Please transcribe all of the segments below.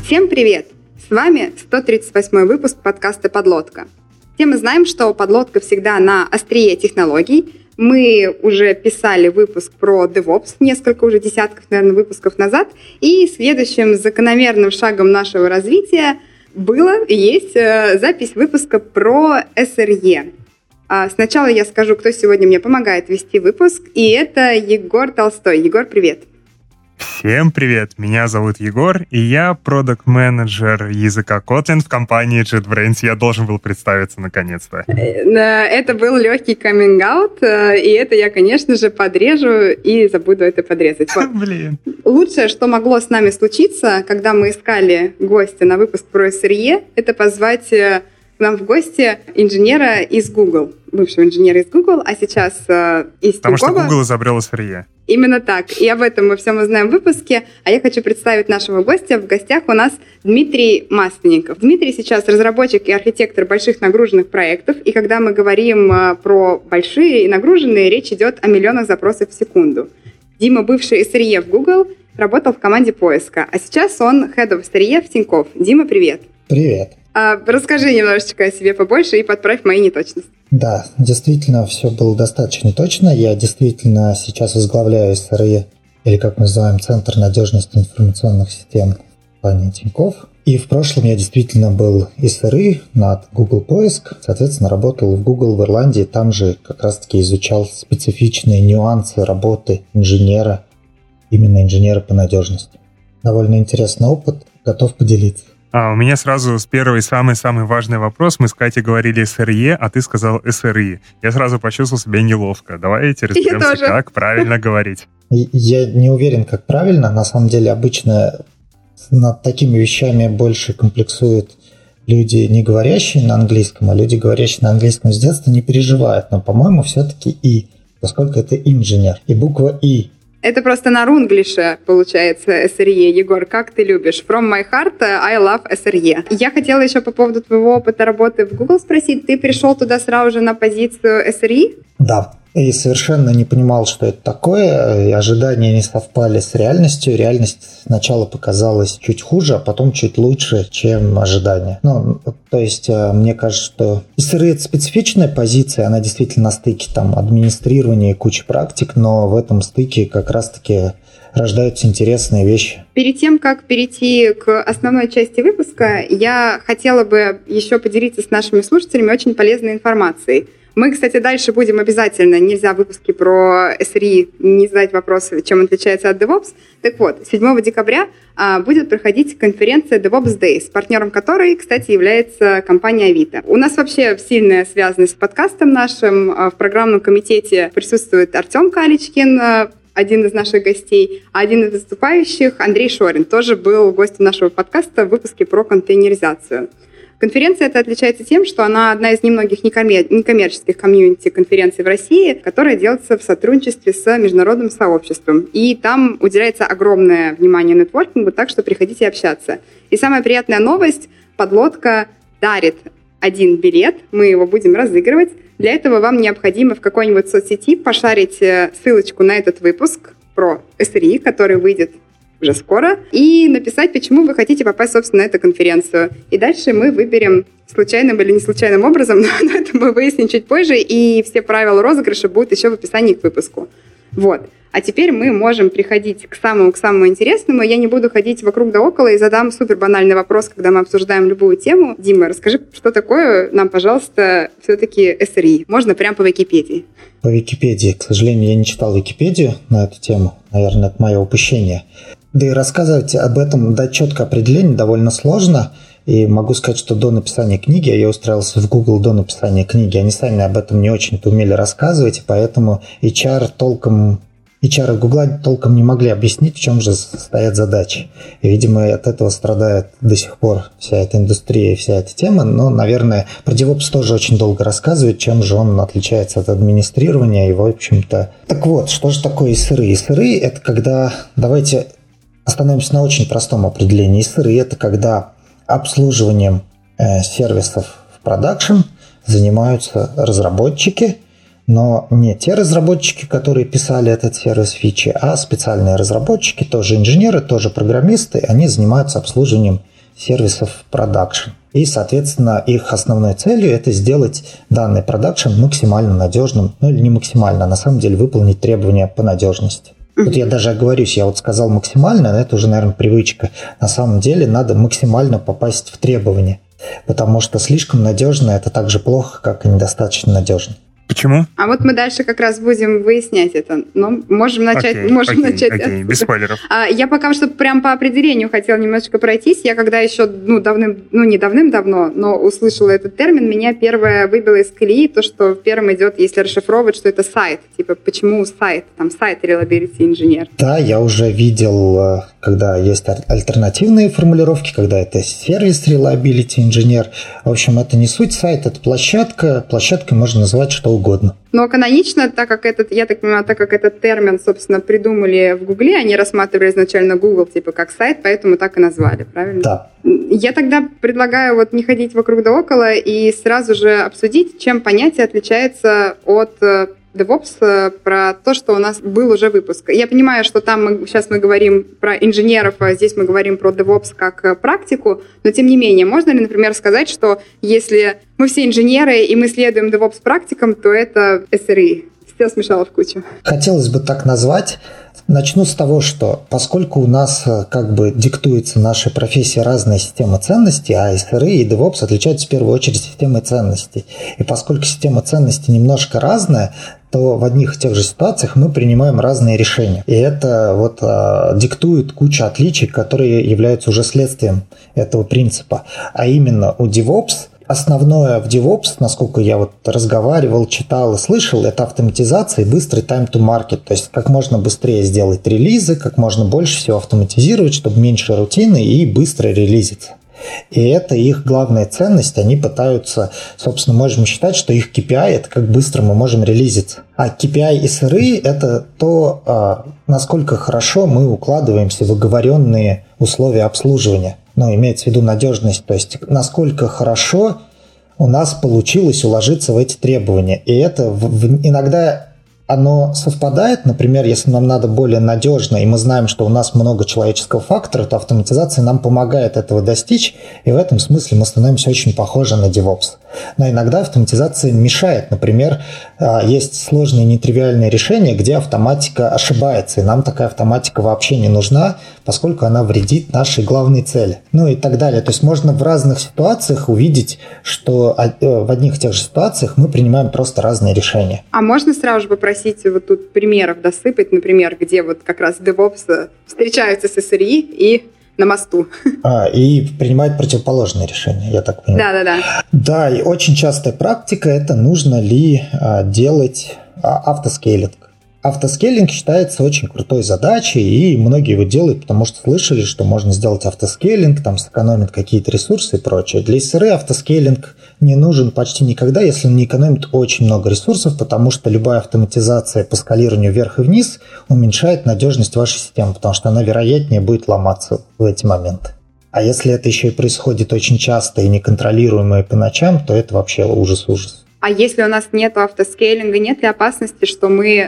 Всем привет! С вами 138 выпуск подкаста «Подлодка». Все мы знаем, что подлодка всегда на острие технологий. Мы уже писали выпуск про DevOps, несколько уже десятков, наверное, выпусков назад. И следующим закономерным шагом нашего развития было и есть запись выпуска про SRE. Сначала я скажу, кто сегодня мне помогает вести выпуск, и это Егор Толстой. Егор, привет! Всем привет! Меня зовут Егор, и я продакт-менеджер языка Kotlin в компании JetBrains. Я должен был представиться наконец-то. Это был легкий каминг-аут, и это я, конечно же, подрежу и забуду это подрезать. Блин. Лучшее, что могло с нами случиться, когда мы искали гостя на выпуск про SRE, это позвать к нам в гости инженера из Google, бывшего инженера из Google, а сейчас из Потому Тинькова. что Google изобрел SRE. Именно так. И об этом мы все узнаем в выпуске. А я хочу представить нашего гостя. В гостях у нас Дмитрий Масленников. Дмитрий сейчас разработчик и архитектор больших нагруженных проектов. И когда мы говорим про большие и нагруженные, речь идет о миллионах запросов в секунду. Дима, бывший SRE в Google, работал в команде поиска. А сейчас он Head of SRE в Тинькофф. Дима, привет. Привет. Расскажи немножечко о себе побольше и подправь мои неточности. Да, действительно, все было достаточно точно. Я действительно сейчас возглавляю SRE, или как мы называем, Центр надежности информационных систем в компании Тинькофф. И в прошлом я действительно был SRE над Google Поиск. Соответственно, работал в Google в Ирландии. Там же как раз-таки изучал специфичные нюансы работы инженера, именно инженера по надежности. Довольно интересный опыт, готов поделиться. У меня сразу первый самый важный вопрос. Мы с Катей говорили SRE, а ты сказал SRE. Я сразу почувствовал себя неловко. Давайте разберемся, как правильно говорить. Я не уверен, как правильно. На самом деле, обычно над такими вещами больше комплексуют люди, не говорящие на английском, а люди, говорящие на английском с детства, не переживают. Но, по-моему, все-таки «и», поскольку это инженер. И буква «и». Это просто на рунглише, получается, SRE. Егор, как ты любишь? From my heart, I love SRE. Я хотела еще по поводу твоего опыта работы в Google спросить. Ты пришел туда сразу же на позицию SRE? Да. И совершенно не понимал, что это такое. И ожидания не совпали с реальностью. Реальность сначала показалась чуть хуже, а потом чуть лучше, чем ожидания. То есть, мне кажется, что SRE — это специфичная позиция, она действительно на стыке там администрирования и кучи практик, но в этом стыке как раз-таки рождаются интересные вещи. Перед тем, как перейти к основной части выпуска, я хотела бы еще поделиться с нашими слушателями очень полезной информацией. Мы, кстати, дальше будем обязательно, нельзя в выпуске про SRE не задать вопрос, чем он отличается от DevOps. Так вот, 7 декабря будет проходить конференция DevOps Days, партнером которой, кстати, является компания Авито. У нас вообще сильная связанность с подкастом нашим. В программном комитете присутствует Артем Каличкин, один из наших гостей, а один из выступающих, Андрей Шорин, тоже был гостем нашего подкаста в выпуске про контейнеризацию. Конференция эта отличается тем, что она одна из немногих некоммерческих комьюнити-конференций в России, которая делается в сотрудничестве с международным сообществом. И там уделяется огромное внимание нетворкингу, так что приходите общаться. И самая приятная новость – подлодка дарит один билет, мы его будем разыгрывать. Для этого вам необходимо в какой-нибудь соцсети пошарить ссылочку на этот выпуск про SRE, который выйдет уже скоро, и написать, почему вы хотите попасть, собственно, на эту конференцию. И дальше мы выберем случайным или не случайным образом, но это мы выясним чуть позже, и все правила розыгрыша будут еще в описании к выпуску. Вот. А теперь мы можем приходить к самому интересному. Я не буду ходить вокруг да около и задам супер банальный вопрос, когда мы обсуждаем любую тему. Дима, расскажи, что такое нам, пожалуйста, все-таки SRE? Можно прямо по Википедии. По Википедии. К сожалению, я не читал Википедию на эту тему. Наверное, это мое упущение. Да и рассказывать об этом, дать четкое определение довольно сложно. И могу сказать, что до написания книги, я устраивался в Google до написания книги, они сами об этом не очень-то умели рассказывать, поэтому HR и Google толком не могли объяснить, в чем же стоят задачи. И, видимо, от этого страдает до сих пор вся эта индустрия и вся эта тема. Но, наверное, про DevOps тоже очень долго рассказывают, чем же он отличается от администрирования. И, в общем-то... Так вот, что же такое SRE? SRE – это когда... Давайте остановимся на очень простом определении. SRE – это когда обслуживанием сервисов в продакшн занимаются разработчики, но не те разработчики, которые писали этот сервис фичи, а специальные разработчики, тоже инженеры, тоже программисты, они занимаются обслуживанием сервисов в продакшн. И, соответственно, их основной целью это сделать данный продакшн максимально надежным, ну или не максимально, а на самом деле выполнить требования по надежности. Тут я даже оговорюсь, я вот сказал максимально, но это уже, наверное, привычка. На самом деле надо максимально попасть в требования, потому что слишком надежно это так же плохо, как и недостаточно надежно. Почему? А вот мы дальше как раз будем выяснять это. Но можем начать. Окей, без спойлеров. Я пока что прям по определению хотела немножечко пройтись. Я когда еще, не давным-давно, но услышала этот термин, меня первое выбило из колеи то, что первым идет, если расшифровывать, что это сайт. Типа, почему сайт? Там сайт Reliability Engineer. Да, я уже видел, когда есть альтернативные формулировки, когда это сервис Reliability Engineer. В общем, это не суть сайта, это площадка. Площадкой можно назвать что угодно. Но канонично, так как этот термин, собственно, придумали в Гугле, они рассматривали изначально Google типа как сайт, поэтому так и назвали, правильно? Да. Я тогда предлагаю вот не ходить вокруг да около и сразу же обсудить, чем понятие отличается от DevOps, про то, что у нас был уже выпуск. Я понимаю, что там сейчас мы говорим про инженеров, а здесь мы говорим про DevOps как практику, но тем не менее, можно ли, например, сказать, что если мы все инженеры и мы следуем DevOps практикам, то это SRE? Все смешало в кучу. Хотелось бы так назвать. Начну с того, что поскольку у нас как бы диктуется нашей профессии разные системы ценностей, а SRE и DevOps отличаются в первую очередь системой ценностей. И поскольку система ценностей немножко разная, то в одних и тех же ситуациях мы принимаем разные решения. И это вот диктует кучу отличий, которые являются уже следствием этого принципа. А именно у DevOps основное в DevOps, насколько я вот разговаривал, читал и слышал, это автоматизация и быстрый time to market. То есть как можно быстрее сделать релизы, как можно больше всего автоматизировать, чтобы меньше рутины и быстро релизиться. И это их главная ценность. Они пытаются, собственно, можем считать, что их KPI – это как быстро мы можем релизиться. А KPI SRE – это то, насколько хорошо мы укладываемся в оговоренные условия обслуживания. Имеется в виду надежность, то есть насколько хорошо у нас получилось уложиться в эти требования. И это иногда оно совпадает, например, если нам надо более надежно, и мы знаем, что у нас много человеческого фактора, то автоматизация нам помогает этого достичь, и в этом смысле мы становимся очень похожи на DevOps. Но иногда автоматизация мешает. Например, есть сложные нетривиальные решения, где автоматика ошибается, и нам такая автоматика вообще не нужна, поскольку она вредит нашей главной цели. И так далее. То есть можно в разных ситуациях увидеть, что в одних и тех же ситуациях мы принимаем просто разные решения. А можно сразу же попросить вот тут примеров досыпать, например, где вот как раз DevOps встречаются с SRE и на мосту. И принимать противоположные решения, я так понимаю. Да. Да, и очень частая практика – это нужно ли делать автоскейлинг. Автоскейлинг считается очень крутой задачей, и многие его делают, потому что слышали, что можно сделать автоскейлинг, там сэкономит какие-то ресурсы и прочее. Для SRE автоскейлинг не нужен почти никогда, если он не экономит очень много ресурсов, потому что любая автоматизация по скалированию вверх и вниз уменьшает надежность вашей системы, потому что она вероятнее будет ломаться в эти моменты. А если это еще и происходит очень часто и неконтролируемо и по ночам, то это вообще ужас-ужас. А если у нас нет автоскейлинга, нет ли опасности, что мы,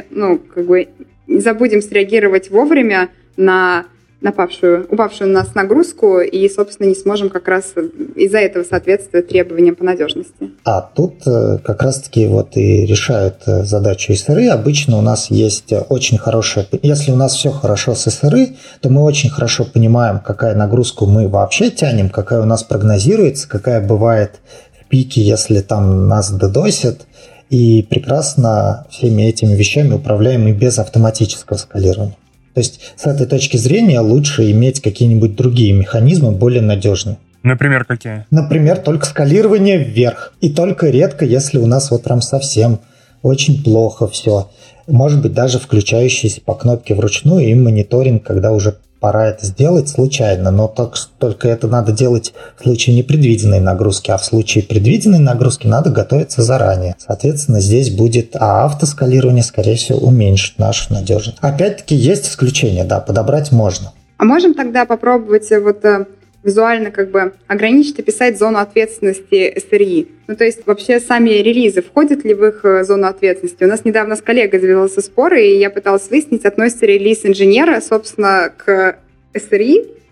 забудем среагировать вовремя на упавшую на нас нагрузку и, собственно, не сможем как раз из-за этого соответствовать требованиям по надежности? А тут как раз-таки вот и решают задачу SRE. Обычно у нас есть очень хорошая... Если у нас все хорошо с SRE, то мы очень хорошо понимаем, какая нагрузку мы вообще тянем, какая у нас прогнозируется, какая бывает пики, если там нас додосят, и прекрасно всеми этими вещами управляем и без автоматического скалирования. То есть с этой точки зрения лучше иметь какие-нибудь другие механизмы, более надежные. Например, какие? Например, только скалирование вверх. И только редко, если у нас вот прям совсем очень плохо все. Может быть, даже включающийся по кнопке вручную и мониторинг, когда уже пора это сделать случайно, но только это надо делать в случае непредвиденной нагрузки, а в случае предвиденной нагрузки надо готовиться заранее. Соответственно, здесь будет автоскалирование, скорее всего, уменьшит нашу надежность. Опять-таки, есть исключения, да, подобрать можно. А можем тогда попробовать визуально ограничить и писать зону ответственности SRE? То есть вообще сами релизы входят ли в их зону ответственности? У нас недавно с коллегой завелся спор, и я пыталась выяснить, относится релиз инженера, собственно, к SRE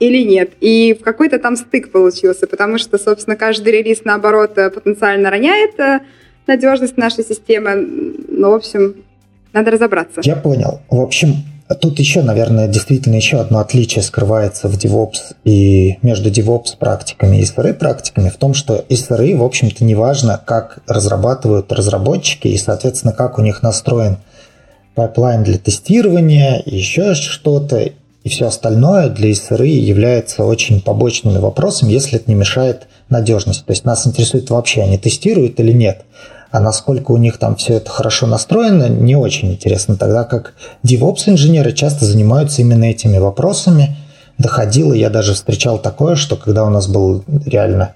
или нет. И в какой-то там стык получился, потому что, собственно, каждый релиз, наоборот, потенциально роняет надежность нашей системы. Ну, в общем, надо разобраться. Я понял. В общем, тут еще, наверное, действительно еще одно отличие скрывается в DevOps и между DevOps практиками и SRE практиками в том, что SRE, в общем-то, не важно, как разрабатывают разработчики и, соответственно, как у них настроен пайплайн для тестирования, и еще что-то, и все остальное для SRE является очень побочными вопросами, если это не мешает надежности. То есть нас интересует вообще, они тестируют или нет. А насколько у них там все это хорошо настроено, не очень интересно. Тогда как DevOps-инженеры часто занимаются именно этими вопросами. Доходило, я даже встречал такое, что когда у нас был реально,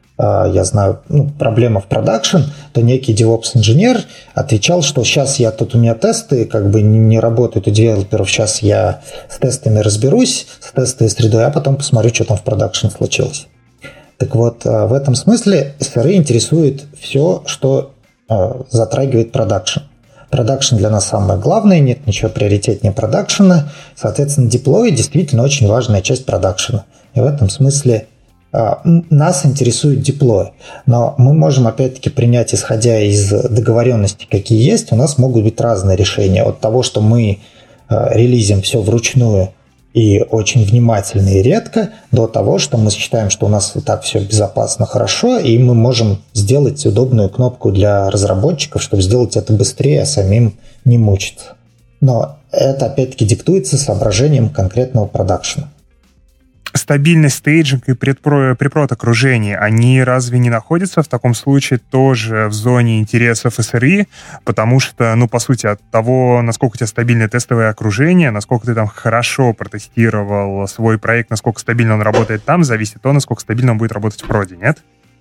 я знаю, проблема в продакшн, то некий DevOps-инженер отвечал, что сейчас у меня тесты как бы не работают у девелоперов, сейчас я с тестами разберусь, с тестовой средой, а потом посмотрю, что там в продакшн случилось. Так вот, в этом смысле SRE интересует все, что затрагивает продакшн. Продакшн для нас самое главное, нет ничего приоритетнее продакшена. Соответственно, деплой действительно очень важная часть продакшена. И в этом смысле нас интересует деплой. Но мы можем, опять-таки, принять, исходя из договоренностей, какие есть, у нас могут быть разные решения. От того, что мы релизим все вручную и очень внимательно и редко, до того, что мы считаем, что у нас и так все безопасно, хорошо, и мы можем сделать удобную кнопку для разработчиков, чтобы сделать это быстрее, а самим не мучиться. Но это, опять-таки, диктуется соображением конкретного продакшена. Стабильность стейджинг и препрод окружения, они разве не находятся в таком случае тоже в зоне интересов SRE? Потому что, по сути, от того, насколько у тебя стабильное тестовое окружение, насколько ты там хорошо протестировал свой проект, насколько стабильно он работает там, зависит то, насколько стабильно он будет работать в проде, нет?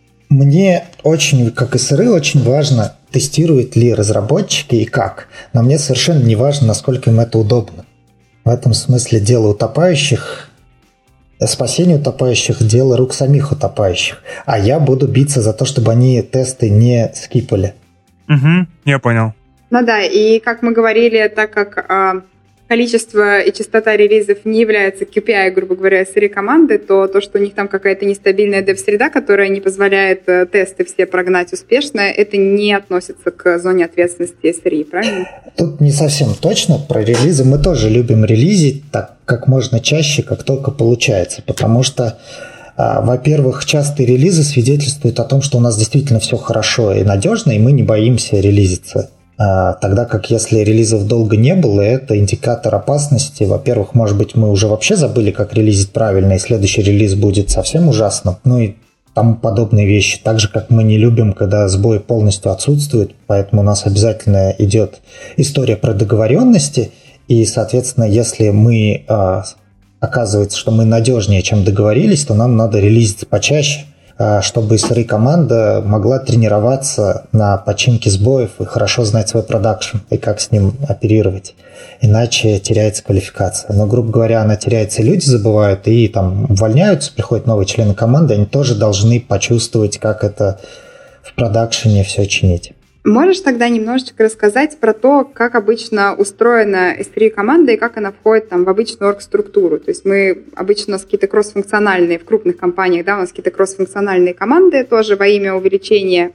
Мне очень, как SRE, очень важно, тестируют ли разработчики и как. Но мне совершенно не важно, насколько им это удобно. В этом смысле дело утопающих... Спасение утопающих – дело рук самих утопающих. А я буду биться за то, чтобы они тесты не скипали. Угу, я понял. Ну да, и как мы говорили, так как количество и частота релизов не является KPI, грубо говоря, SRE команды, то, что у них там какая-то нестабильная дев-среда, которая не позволяет тесты все прогнать успешно, это не относится к зоне ответственности SRE, правильно? Тут не совсем точно. Про релизы мы тоже любим релизить так, как можно чаще, как только получается, потому что, во-первых, частые релизы свидетельствуют о том, что у нас действительно все хорошо и надежно, и мы не боимся релизиться. Тогда как если релизов долго не было, это индикатор опасности. Во-первых, может быть, мы уже вообще забыли, как релизить правильно, и следующий релиз будет совсем ужасным. И тому подобные вещи. Так же, как мы не любим, когда сбой полностью отсутствует, поэтому у нас обязательно идет история про договоренности. И, соответственно, если мы оказывается, что мы надежнее, чем договорились, то нам надо релизиться почаще, чтобы SRE-команда могла тренироваться на починке сбоев и хорошо знать свой продакшн и как с ним оперировать. Иначе теряется квалификация. Но, грубо говоря, она теряется, и люди забывают, и там увольняются, приходят новые члены команды, они тоже должны почувствовать, как это в продакшене все чинить. Можешь тогда немножечко рассказать про то, как обычно устроена SRE-команда и как она входит там в обычную орг-структуру? То есть мы обычно у нас какие-то кроссфункциональные, в крупных компаниях, да, у нас какие-то кроссфункциональные команды тоже во имя уменьшения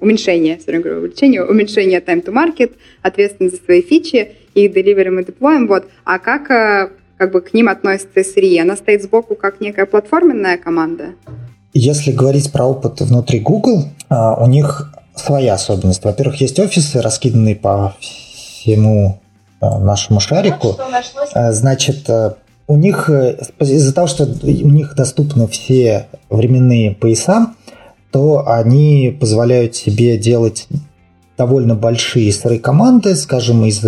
time to market, ответственность за свои фичи, их деливерим и деплоем, вот. А как бы к ним относится SRE? Она стоит сбоку как некая платформенная команда? Если говорить про опыт внутри Google, у них своя особенность. Во-первых, есть офисы, раскиданные по всему нашему шарику. Значит, у них, из-за того, что у них доступны все временные пояса, то они позволяют себе делать довольно большие SRE-команды, скажем, из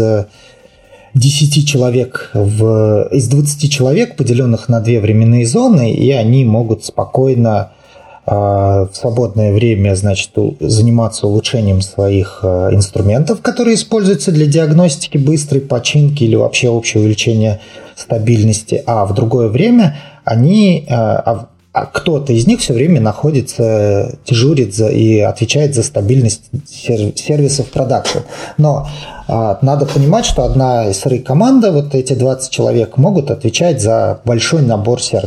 10 человек, из 20 человек, поделенных на 2 временные зоны, и они могут спокойно в свободное время, значит, заниматься улучшением своих инструментов, которые используются для диагностики быстрой починки или вообще общего увеличения стабильности, а в другое время кто-то из них все время находится, дежурит и отвечает за стабильность сервисов продакшн. Но надо понимать, что одна SRE-команда, вот эти 20 человек, могут отвечать за большой набор сервисов.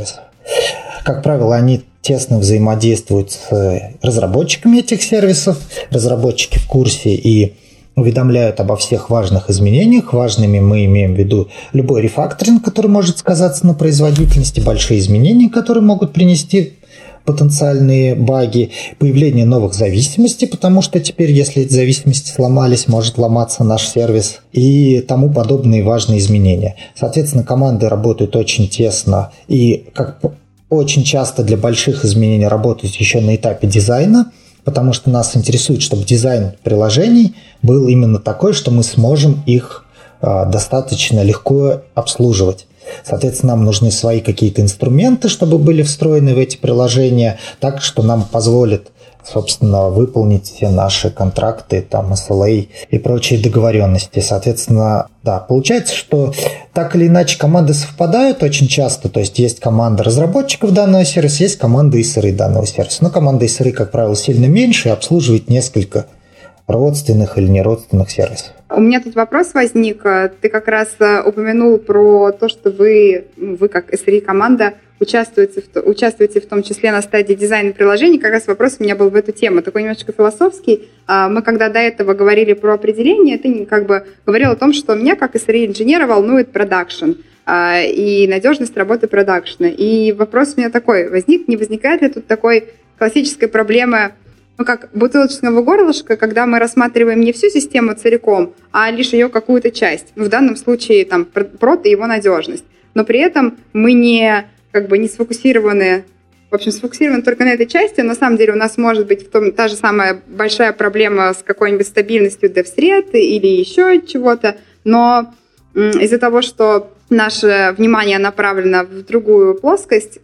Как правило, они тесно взаимодействуют с разработчиками этих сервисов. Разработчики в курсе и уведомляют обо всех важных изменениях. Важными мы имеем в виду любой рефакторинг, который может сказаться на производительности, большие изменения, которые могут принести потенциальные баги, появление новых зависимостей, потому что теперь, если эти зависимости сломались, может ломаться наш сервис и тому подобные важные изменения. Соответственно, команды работают очень тесно и, как очень часто для больших изменений, работают еще на этапе дизайна, потому что нас интересует, чтобы дизайн приложений был именно такой, что мы сможем их достаточно легко обслуживать. Соответственно, нам нужны свои какие-то инструменты, чтобы были встроены в эти приложения, так что нам позволит, собственно, выполнить все наши контракты, там, SLA и прочие договоренности. Соответственно, да, получается, что так или иначе команды совпадают очень часто, то есть есть команда разработчиков данного сервиса, есть команда SRE данного сервиса. Но команда SRE, как правило, сильно меньше и обслуживает несколько родственных или неродственных сервисов. У меня тут вопрос возник. Ты как раз упомянул про то, что вы как SRE-команда, участвуете в том числе на стадии дизайна приложений. Как раз вопрос у меня был в эту тему, такой немножко философский. Мы когда до этого говорили про определение, ты как бы говорил о том, что меня как SRE-инженера волнует продакшн и надежность работы продакшна. И вопрос у меня такой, не возникает ли тут такой классической проблемы, как бутылочного горлышка, когда мы рассматриваем не всю систему целиком, а лишь ее какую-то часть. В данном случае там прод и его надежность. Но при этом мы не сфокусированы, сфокусированы только на этой части. На самом деле у нас может быть та же самая большая проблема с какой-нибудь стабильностью DevSred или еще чего-то, но из-за того, что наше внимание направлено в другую плоскость,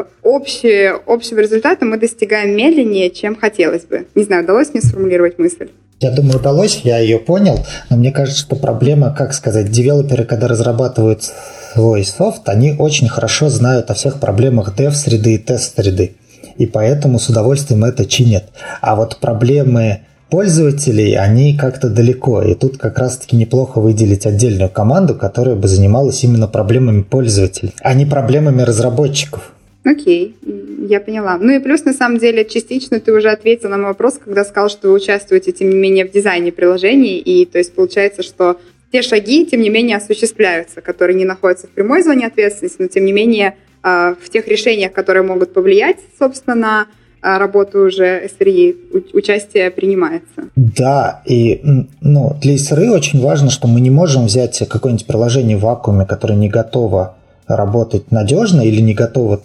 общего результата мы достигаем медленнее, чем хотелось бы. Не знаю, удалось мне сформулировать мысль? Я думаю, удалось, я ее понял, но мне кажется, что проблема, девелоперы, когда разрабатывают свой софт, они очень хорошо знают о всех проблемах dev-среды и тест-среды, и поэтому с удовольствием это чинят. А вот проблемы пользователей, они как-то далеко, и тут как раз-таки неплохо выделить отдельную команду, которая бы занималась именно проблемами пользователей, а не проблемами разработчиков. Окей, я поняла. Ну и плюс, на самом деле, частично ты уже ответил на мой вопрос, когда сказал, что вы участвуете, тем не менее, в дизайне приложений, и то есть получается, что те шаги, тем не менее, осуществляются, которые не находятся в прямой зоне ответственности, но, тем не менее, в тех решениях, которые могут повлиять, собственно, на работу уже SRE, участие принимается. Да, и для SRE очень важно, что мы не можем взять какое-нибудь приложение в вакууме, которое не готово работать надежно или не готово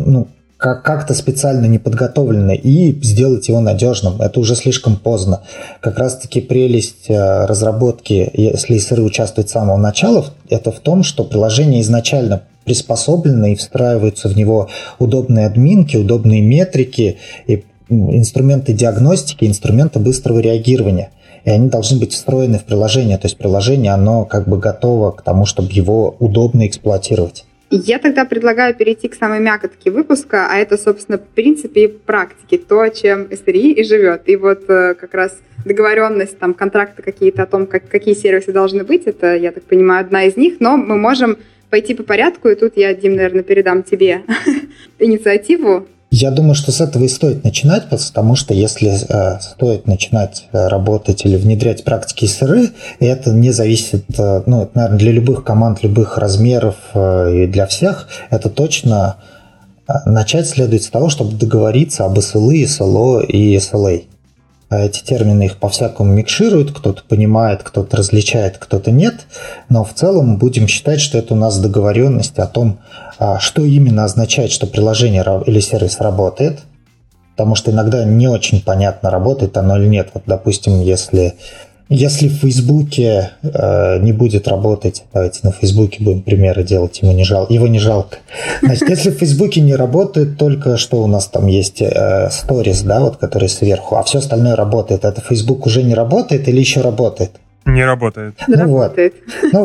как-то специально не подготовлено, и сделать его надежным. Это уже слишком поздно. Как раз-таки прелесть разработки, если SRE участвует с самого начала, это в том, что приложение изначально приспособлено и встраиваются в него удобные админки, удобные метрики, и инструменты диагностики, инструменты быстрого реагирования. И они должны быть встроены в приложение. То есть приложение, оно готово к тому, чтобы его удобно эксплуатировать. Я тогда предлагаю перейти к самой мякотке выпуска, а это, собственно, в принципе, практики, то, чем SRE и живет. И вот как раз договоренность, контракты какие-то о том, какие сервисы должны быть, это, я так понимаю, одна из них, но мы можем пойти по порядку, и тут я, Дим, наверное, передам тебе инициативу. Я думаю, что с этого и стоит начинать, потому что если стоит начинать работать или внедрять практики SRE, это не зависит, это, наверное, для любых команд, любых размеров и для всех, это точно начать следует с того, чтобы договориться об SLE, SLO и SLA. Эти термины их по-всякому микшируют, кто-то понимает, кто-то различает, кто-то нет, но в целом будем считать, что это у нас договоренность о том, что именно означает, что приложение или сервис работает, потому что иногда не очень понятно, работает оно или нет. Вот, допустим, если в Фейсбуке не будет работать, давайте на Фейсбуке будем примеры делать, его не жалко. Значит, если в Фейсбуке не работает только, что у нас там есть сторис, которые сверху, а все остальное работает, это Фейсбук уже не работает или еще работает? Не работает. Работает.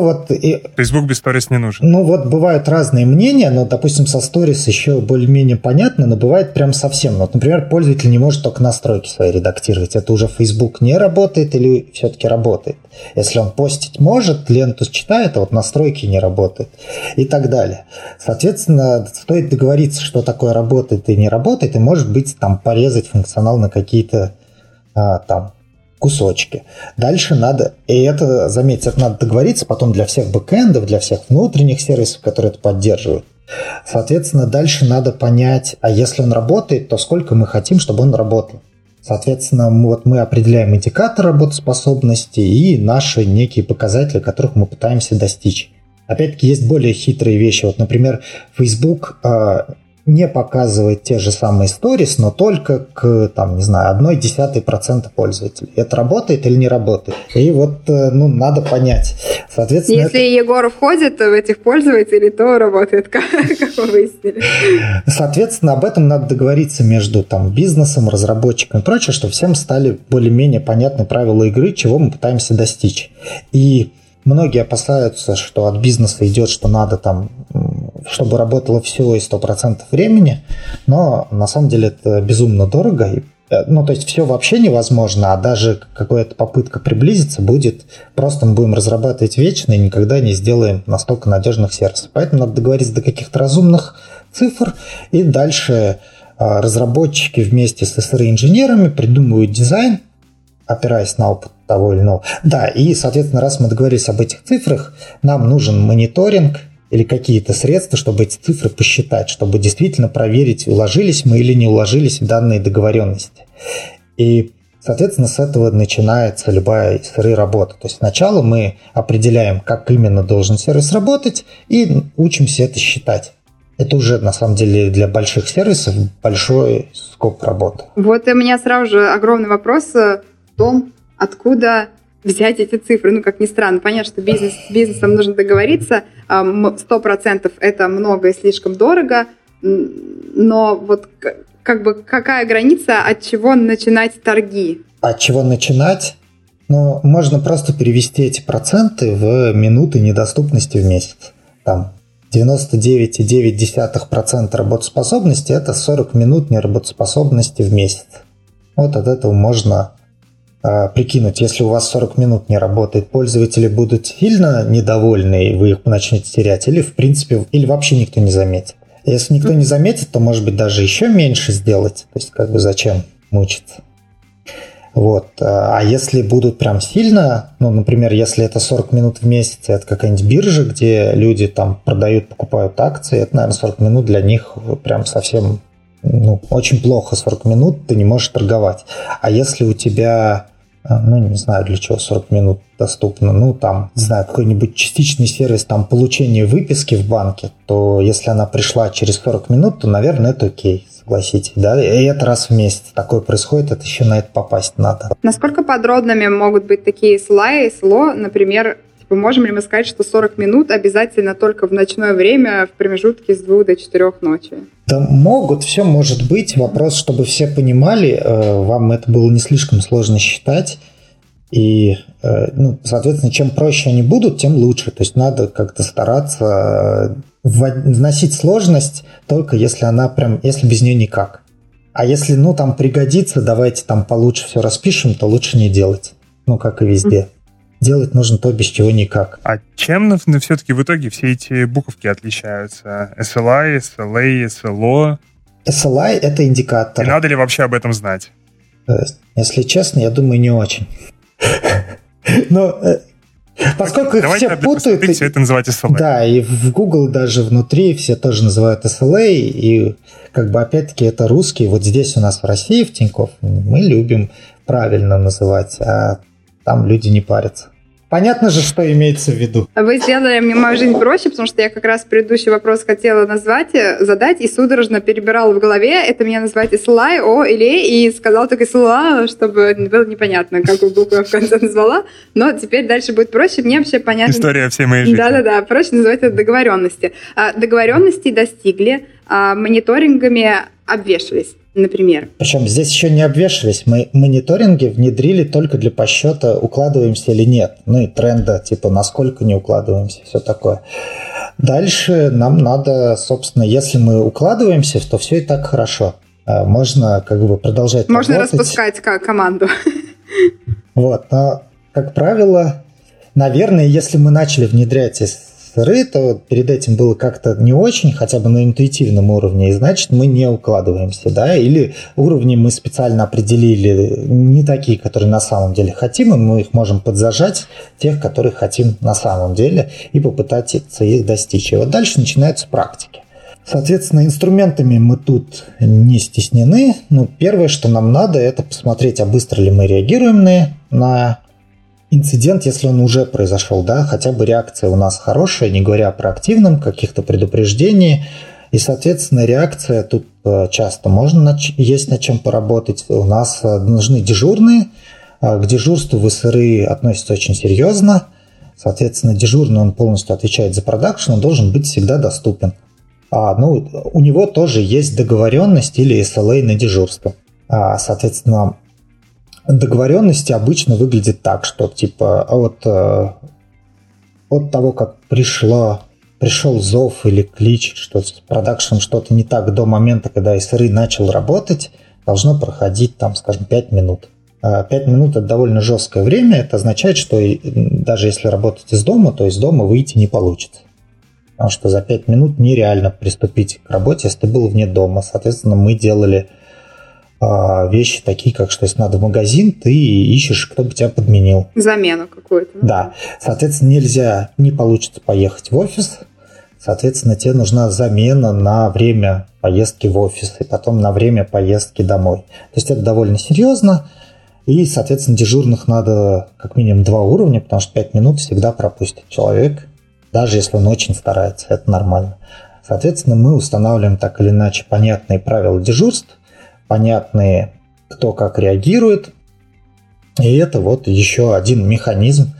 Facebook без сторис не нужен. Ну вот бывают разные мнения, но, допустим, со сторис еще более-менее понятно, но бывает прям совсем. Вот, например, пользователь не может только настройки свои редактировать. Это уже Facebook не работает или все-таки работает? Если он постить может, ленту читает, а вот настройки не работают и так далее. Соответственно, стоит договориться, что такое работает и не работает, и, может быть, там порезать функционал на какие-то там кусочки. Дальше надо, и это, заметьте, это надо договориться потом для всех бэкэндов, для всех внутренних сервисов, которые это поддерживают. Соответственно, дальше надо понять, а если он работает, то сколько мы хотим, чтобы он работал. Соответственно, мы определяем индикатор работоспособности и наши некие показатели, которых мы пытаемся достичь. Опять-таки, есть более хитрые вещи. Вот, например, Facebook не показывает те же самые сторис, но только к, там, не знаю, 0,1% пользователей. Это работает или не работает? И вот, надо понять. Соответственно, если Егор входит в этих пользователей, то работает, как вы выяснили. Соответственно, об этом надо договориться между там, бизнесом, разработчиком и прочее, чтобы всем стали более-менее понятны правила игры, чего мы пытаемся достичь. И многие опасаются, что от бизнеса идет, что надо там, чтобы работало все и 100% времени, но на самом деле это безумно дорого. То есть все вообще невозможно, а даже какая-то попытка приблизиться будет, просто мы будем разрабатывать вечно и никогда не сделаем настолько надежных сервисов. Поэтому надо договориться до каких-то разумных цифр, и дальше разработчики вместе с SRE-инженерами придумывают дизайн, опираясь на опыт того или иного. Да, и, соответственно, раз мы договорились об этих цифрах, нам нужен мониторинг или какие-то средства, чтобы эти цифры посчитать, чтобы действительно проверить, уложились мы или не уложились в данные договоренности. И, соответственно, с этого начинается любая SRE-работа. То есть сначала мы определяем, как именно должен сервис работать, и учимся это считать. Это уже, на самом деле, для больших сервисов большой скоп работы. Вот у меня сразу же огромный вопрос в том, откуда взять эти цифры. Как ни странно, понятно, что с бизнесом нужно договориться. 100% это много и слишком дорого. Но вот какая граница, от чего начинать торги? От чего начинать? Можно просто перевести эти проценты в минуты недоступности в месяц. Там 99,9% работоспособности – это 40 минут неработоспособности в месяц. Вот от этого можно прикинуть, если у вас 40 минут не работает, пользователи будут сильно недовольны, и вы их начнете терять, или в принципе, или вообще никто не заметит. Если никто не заметит, то, может быть, даже еще меньше сделать. То есть, зачем мучиться? Вот. А если будут прям сильно, например, если это 40 минут в месяц, это какая-нибудь биржа, где люди там продают, покупают акции, это, наверное, 40 минут для них прям совсем, очень плохо 40 минут, ты не можешь торговать. А если у тебя, не знаю, для чего 40 минут доступно, не знаю, какой-нибудь частичный сервис, там, получения выписки в банке, то если она пришла через 40 минут, то, наверное, это окей. Согласитесь, да? И это раз в месяц такое происходит, это еще на это попасть надо. Насколько подробными могут быть такие SLA, например, можем ли мы сказать, что 40 минут обязательно только в ночное время в промежутке с 2 до 4 ночи? Да могут, все может быть. Вопрос, чтобы все понимали, вам это было не слишком сложно считать. И, соответственно, чем проще они будут, тем лучше. То есть надо как-то стараться вносить сложность только если если без нее никак. А если, там пригодится, давайте там получше все распишем, то лучше не делать. Как и везде. Делать нужно то, без чего никак. А чем все-таки в итоге все эти буковки отличаются? SLI, SLA, SLO? SLI — это индикатор. И надо ли вообще об этом знать? Если честно, я думаю, не очень. Но поскольку их все путают... Все это называть SLA. Да, и в Google даже внутри все тоже называют SLA, и опять-таки это русский. Вот здесь у нас в России, в Тинькофф, мы любим правильно называть, а там люди не парятся. Понятно же, что имеется в виду. Вы сделали мне мою жизнь проще, потому что я как раз предыдущий вопрос хотела задать, и судорожно перебирала в голове, это меня назвать SLI, или, и сказала только SLA, чтобы было непонятно, какую букву я в конце назвала, но теперь дальше будет проще, мне вообще понятно. История всей моей жизни. Да, проще называть это договоренности. Договоренности достигли, мониторингами обвешались. например. Причем здесь еще не обвешались. Мы мониторинги внедрили только для подсчета, укладываемся или нет. Ну и тренда, типа, насколько не укладываемся, все такое. Дальше нам надо, собственно, если мы укладываемся, то все и так хорошо. Можно как бы продолжать Можно работать. распускать команду. Вот, но, как правило, наверное, если мы начали внедрять СРы, то перед этим было как-то не очень, хотя бы на интуитивном уровне, и значит, мы не укладываемся, да, или уровни мы специально определили не такие, которые на самом деле хотим, и мы их можем подзажать, тех, которые хотим на самом деле, и попытаться их достичь. И вот дальше начинаются практики. Соответственно, инструментами мы тут не стеснены. Ну, первое, что нам надо, это посмотреть, а быстро ли мы реагируем на инцидент, если он уже произошел, да, хотя бы реакция у нас хорошая, не говоря про активном, каких-то предупреждений. И, соответственно, реакция тут часто есть над чем поработать. У нас нужны дежурные. К дежурству в СРИ относятся очень серьезно. Соответственно, дежурный, он полностью отвечает за продакшн, он должен быть всегда доступен. У него тоже есть договоренность или SLA на дежурство. Соответственно, договоренности обычно выглядят так, что типа от того, как пришел зов или клич, что с продакшеном что-то не так до момента, когда SRE начал работать, должно проходить, там, скажем, 5 минут. 5 минут – это довольно жесткое время. Это означает, что даже если работать из дома, то из дома выйти не получится. Потому что за 5 минут нереально приступить к работе, если ты был вне дома. Соответственно, мы делали вещи такие, как что если надо в магазин, ты ищешь, кто бы тебя подменил. Замену какую-то. Да. Соответственно, не получится поехать в офис. Соответственно, тебе нужна замена на время поездки в офис и потом на время поездки домой. То есть это довольно серьезно. И, соответственно, дежурных надо как минимум 2 уровня, потому что 5 минут всегда пропустит человек. Даже если он очень старается, это нормально. Соответственно, мы устанавливаем так или иначе понятные правила дежурств, понятные, кто как реагирует. И это вот еще один механизм,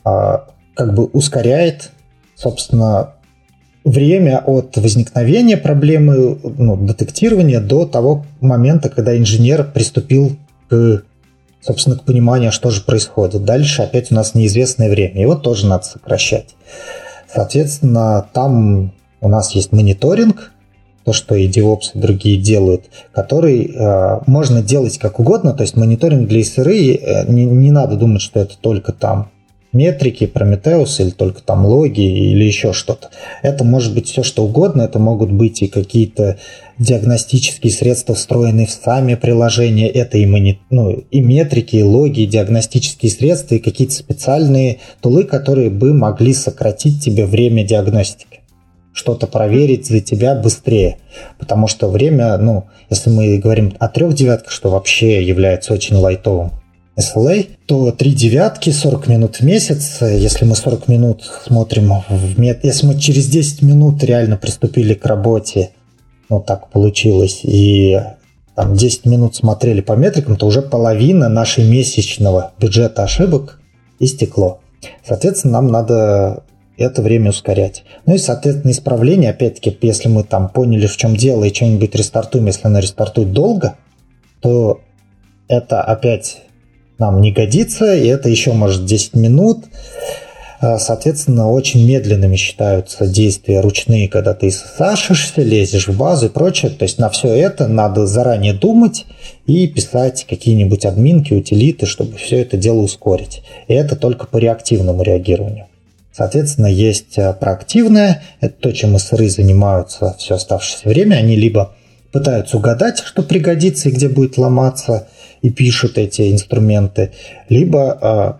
как бы ускоряет, собственно, время от возникновения проблемы, детектирования до того момента, когда инженер приступил к пониманию, что же происходит. Дальше опять у нас неизвестное время. Его тоже надо сокращать. Соответственно, там у нас есть мониторинг, то, что и DevOps, и другие делают, который можно делать как угодно. То есть мониторинг для SRE, не надо думать, что это только там метрики, Prometheus, или только там логи, или еще что-то. Это может быть все, что угодно. Это могут быть и какие-то диагностические средства, встроенные в сами приложения. Это и метрики, и логи, и диагностические средства, и какие-то специальные тулы, которые бы могли сократить тебе время диагностики. Что-то проверить за тебя быстрее. Потому что время, если мы говорим о 3 девятках, что вообще является очень лайтовым SLA, то 3 девятки, 40 минут в месяц. Если мы 40 минут смотрим если мы через 10 минут реально приступили к работе, так получилось, и там 10 минут смотрели по метрикам, то уже половина нашей месячного бюджета ошибок истекло. Соответственно, нам надо это время ускорять. И, соответственно, исправление, опять-таки, если мы там поняли, в чем дело, и что-нибудь рестартуем, если оно рестартует долго, то это опять нам не годится, и это еще может 10 минут. Соответственно, очень медленными считаются действия ручные, когда ты сашишься, лезешь в базу и прочее. То есть на все это надо заранее думать и писать какие-нибудь админки, утилиты, чтобы все это дело ускорить. И это только по реактивному реагированию. Соответственно, есть проактивное. Это то, чем SRE занимаются все оставшееся время. Они либо пытаются угадать, что пригодится и где будет ломаться, и пишут эти инструменты, либо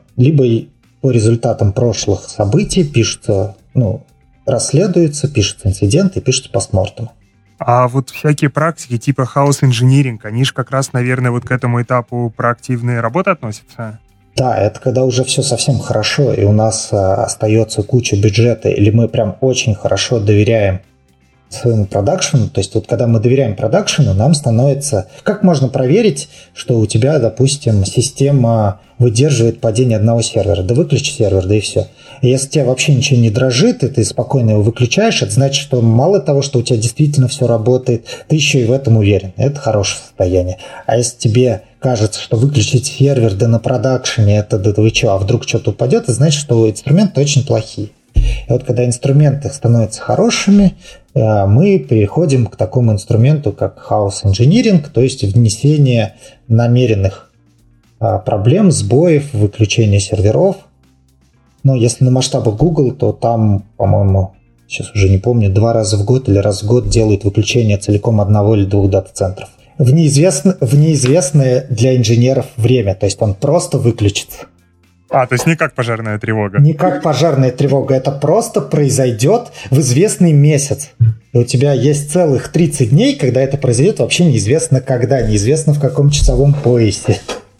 по результатам прошлых событий пишутся, расследуются, пишутся инциденты, пишутся постмортем. А вот всякие практики типа хаос-инжиниринг, они же как раз, наверное, вот к этому этапу проактивной работы относятся? Да, это когда уже все совсем хорошо, и у нас остается куча бюджета, или мы прям очень хорошо доверяем своему продакшену. То есть вот когда мы доверяем продакшену, нам становится... Как можно проверить, что у тебя, допустим, система выдерживает падение одного сервера? Да выключи сервер, да и все. И если у тебя вообще ничего не дрожит, и ты спокойно его выключаешь, это значит, что мало того, что у тебя действительно все работает, ты еще и в этом уверен. Это хорошее состояние. А если тебе кажется, что выключить сервер, да на продакшене, это да вы что, а вдруг что-то упадет, это значит, что инструменты очень плохие. И вот когда инструменты становятся хорошими, мы переходим к такому инструменту, как хаос инжиниринг, то есть внесение намеренных проблем, сбоев, выключение серверов. Но если на масштабах Google, то там, по-моему, сейчас уже не помню, 2 раза в год или раз в год делают выключение целиком одного или 2 дата-центров. В неизвестное для инженеров время, то есть он просто выключится. То есть не как пожарная тревога. Не как пожарная тревога, это просто произойдет в известный месяц. И у тебя есть целых 30 дней, когда это произойдет вообще неизвестно когда, неизвестно в каком часовом поясе.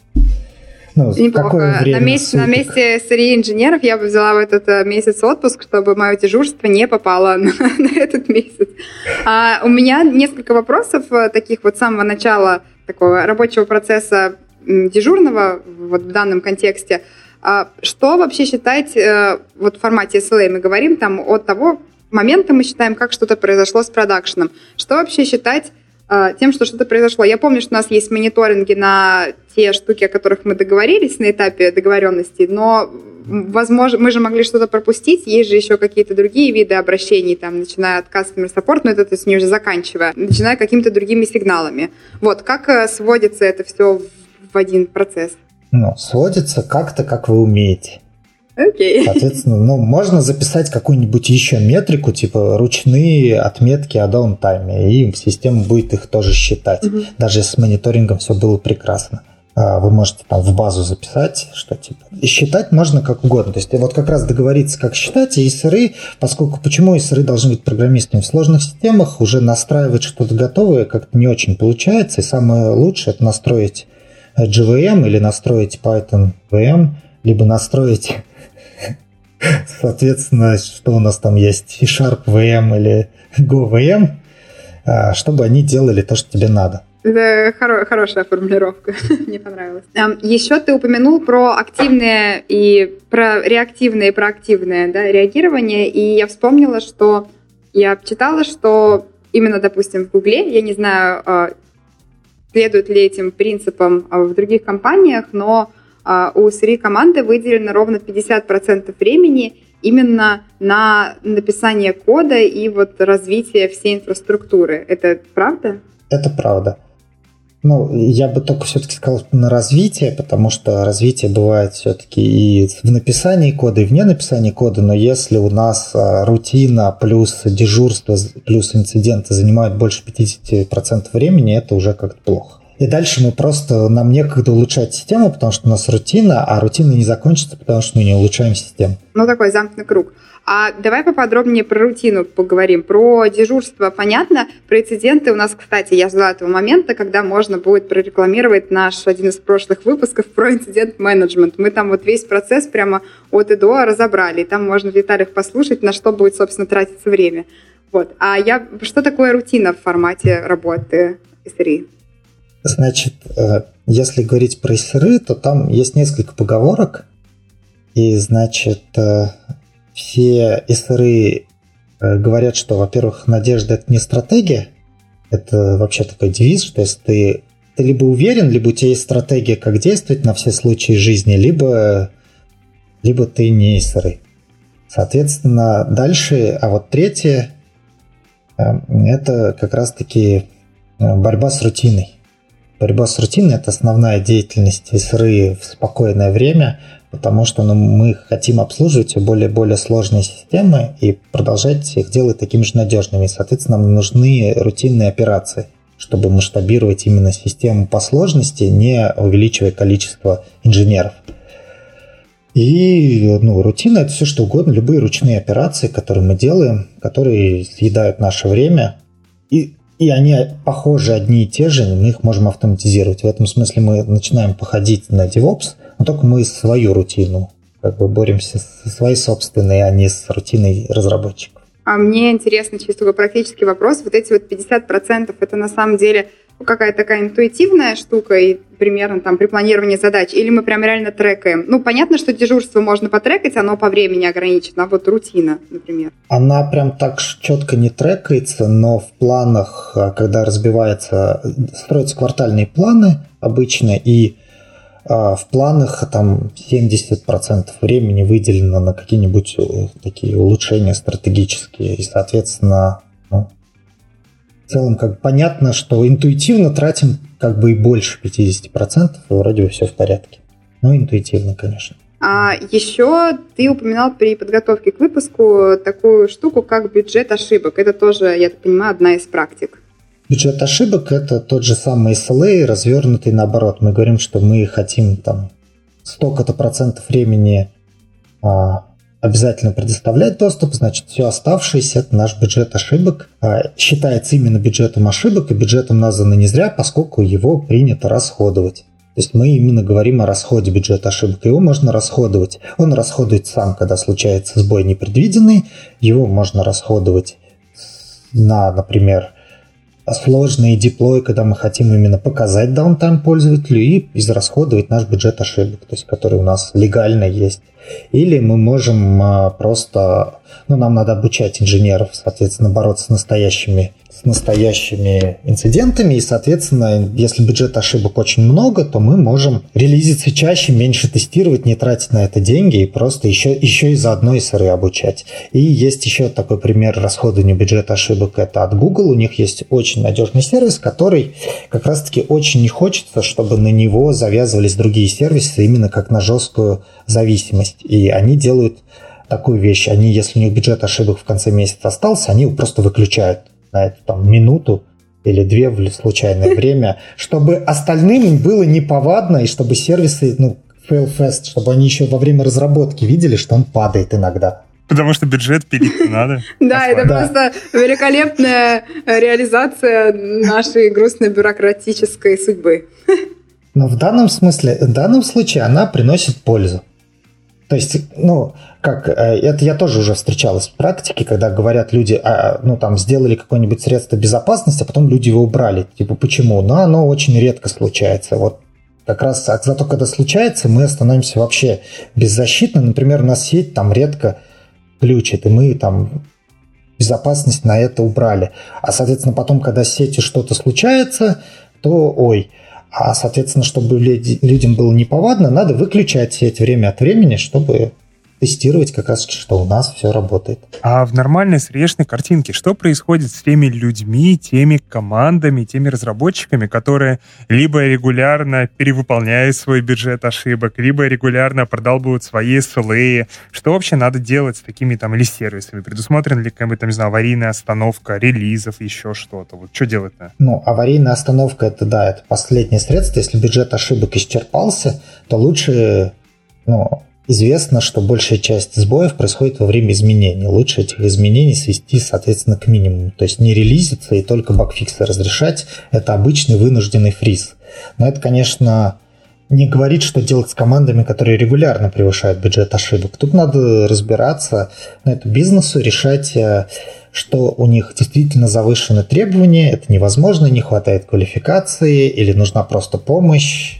Неплохо. На месте SRE инженеров я бы взяла в этот месяц отпуск, чтобы мое дежурство не попало на этот месяц. У меня несколько вопросов таких вот с самого начала такого рабочего процесса дежурного вот в данном контексте. Что вообще считать, вот в формате SLA мы говорим там от того момента, мы считаем, как что-то произошло с продакшеном. Что вообще считать тем, что что-то произошло? Я помню, что у нас есть мониторинги на те штуки, о которых мы договорились на этапе договоренности, но, возможно, мы же могли что-то пропустить, есть же еще какие-то другие виды обращений, там, начиная от customer support, но это то есть не уже заканчивая, начиная какими-то другими сигналами. Вот, как сводится это все в один процесс? Сводится как-то, как вы умеете. Окей. Соответственно, можно записать какую-нибудь еще метрику, типа ручные отметки о даунтайме, и система будет их тоже считать. Даже если с мониторингом все было прекрасно. Вы можете там в базу записать, что типа... И считать можно как угодно. То есть вот как раз договориться, как считать, и SRE, поскольку почему SRE должны быть программистами в сложных системах, уже настраивать что-то готовое как-то не очень получается, и самое лучшее это настроить JVM или настроить Python VM, либо настроить, соответственно, что у нас там есть, C# VM или Go VM, чтобы они делали то, что тебе надо. Это хорошая формулировка, мне понравилось. Еще ты упомянул про активное и про реактивное и проактивное реагирование, и я вспомнила, что я читала, что именно, допустим, в Гугле, я не знаю, следуют ли этим принципам в других компаниях, но у SRE команды выделено ровно 50% времени именно на написание кода и вот развитие всей инфраструктуры. Это правда? Это правда. Я бы только все-таки сказал на развитие, потому что развитие бывает все-таки и в написании кода, и вне написания кода, но если у нас рутина плюс дежурство плюс инциденты занимают больше 50% времени, это уже как-то плохо. И дальше нам некогда улучшать систему, потому что у нас рутина, а рутина не закончится, потому что мы не улучшаем систему. Такой замкнутый круг. А давай поподробнее про рутину поговорим. Про дежурство понятно, про инциденты у нас, кстати, я ждала этого момента, когда можно будет прорекламировать наш один из прошлых выпусков про инцидент-менеджмент. Мы там вот весь процесс прямо от и до разобрали, и там можно в деталях послушать, на что будет, собственно, тратиться время. Вот. Что такое рутина в формате работы SRE? Значит, если говорить про SRE, то там есть несколько поговорок, и, значит, все SRE говорят, что, во-первых, надежда – это не стратегия, это вообще такой девиз, что если ты либо уверен, либо у тебя есть стратегия, как действовать на все случаи жизни, либо ты не SRE. Соответственно, дальше, а вот третье – это как раз-таки борьба с рутиной. Борьба с рутиной – это основная деятельность SRE в спокойное время, потому что мы хотим обслуживать все более и более сложные системы и продолжать их делать такими же надежными. Соответственно, нам нужны рутинные операции, чтобы масштабировать именно систему по сложности, не увеличивая количество инженеров. И рутина – это все что угодно, любые ручные операции, которые мы делаем, которые съедают наше время, и они похожи одни и те же, мы их можем автоматизировать. В этом смысле мы начинаем походить на DevOps, но только мы свою рутину боремся со своей собственной, а не с рутиной разработчиков. А мне интересно, чисто такой практический вопрос. Вот эти вот 50% это на самом деле какая-то такая интуитивная штука и примерно там при планировании задач, или мы прям реально трекаем? Ну, понятно, что дежурство можно потрекать, оно по времени ограничено, а вот рутина, например. Она прям так четко не трекается, но в планах, когда строятся квартальные планы обычно, и в планах там 70% времени выделено на какие-нибудь такие улучшения стратегические, и, соответственно, в целом как бы понятно, что интуитивно тратим как бы и больше 50%, и вроде бы все в порядке. Но интуитивно, конечно. А еще ты упоминал при подготовке к выпуску такую штуку, как бюджет ошибок. Это тоже, я так понимаю, одна из практик. Бюджет ошибок – это тот же самый SLA, развернутый наоборот. Мы говорим, что мы хотим там столько-то процентов времени обязательно предоставлять доступ, значит, все оставшееся – это наш бюджет ошибок. Считается именно бюджетом ошибок, и бюджетом названо не зря, поскольку его принято расходовать. То есть мы именно говорим о расходе бюджета ошибок. Его можно расходовать. Он расходуется сам, когда случается сбой непредвиденный. Его можно расходовать на, например, сложный деплой, когда мы хотим именно показать даунтайм пользователю и израсходовать наш бюджет ошибок, то есть который у нас легально есть. Или мы можем просто, нам надо обучать инженеров, соответственно, бороться с настоящими инцидентами, и, соответственно, если бюджет ошибок очень много, то мы можем релизиться чаще, меньше тестировать, не тратить на это деньги и просто еще и заодно SRE обучать. И есть еще такой пример расходования бюджета ошибок, это от Google. У них есть очень надежный сервис, который как раз-таки очень не хочется, чтобы на него завязывались другие сервисы именно как на жесткую зависимость. И они делают такую вещь. Они, если у них бюджет ошибок в конце месяца остался, они его просто выключают на эту там минуту или две в случайное время, чтобы остальным было неповадно, и чтобы сервисы, fail fast, чтобы они еще во время разработки видели, что он падает иногда. Потому что бюджет пилить не надо. Да, это просто великолепная реализация нашей грустной бюрократической судьбы. Но в данном случае она приносит пользу. То есть, это я тоже уже встречалась в практике, когда говорят люди, сделали какое-нибудь средство безопасности, а потом люди его убрали. Типа, почему? Но оно очень редко случается. Вот как раз зато когда случается, мы становимся вообще беззащитны. Например, у нас сеть там редко глючит, и мы там безопасность на это убрали. А, соответственно, потом, когда с сетью что-то случается, то А, соответственно, чтобы людям было неповадно, надо выключать сеть время от времени, чтобы тестировать как раз, что у нас все работает. А в нормальной срежной картинке что происходит с теми людьми, теми командами, теми разработчиками, которые либо регулярно перевыполняют свой бюджет ошибок, либо регулярно продалбывают свои SLA? Что вообще надо делать с такими или сервисами? Предусмотрена ли какая-нибудь, аварийная остановка, релизов, еще что-то? Вот что делать-то? Аварийная остановка, это последнее средство. Если бюджет ошибок исчерпался, то лучше, известно, что большая часть сбоев происходит во время изменений. Лучше этих изменений свести, соответственно, к минимуму. То есть не релизиться и только багфиксы разрешать. Это обычный вынужденный фриз. Но это, конечно, не говорит, что делать с командами, которые регулярно превышают бюджет ошибок. Тут надо разбираться, это бизнесу, решать, что у них действительно завышены требования, это невозможно, не хватает квалификации или нужна просто помощь.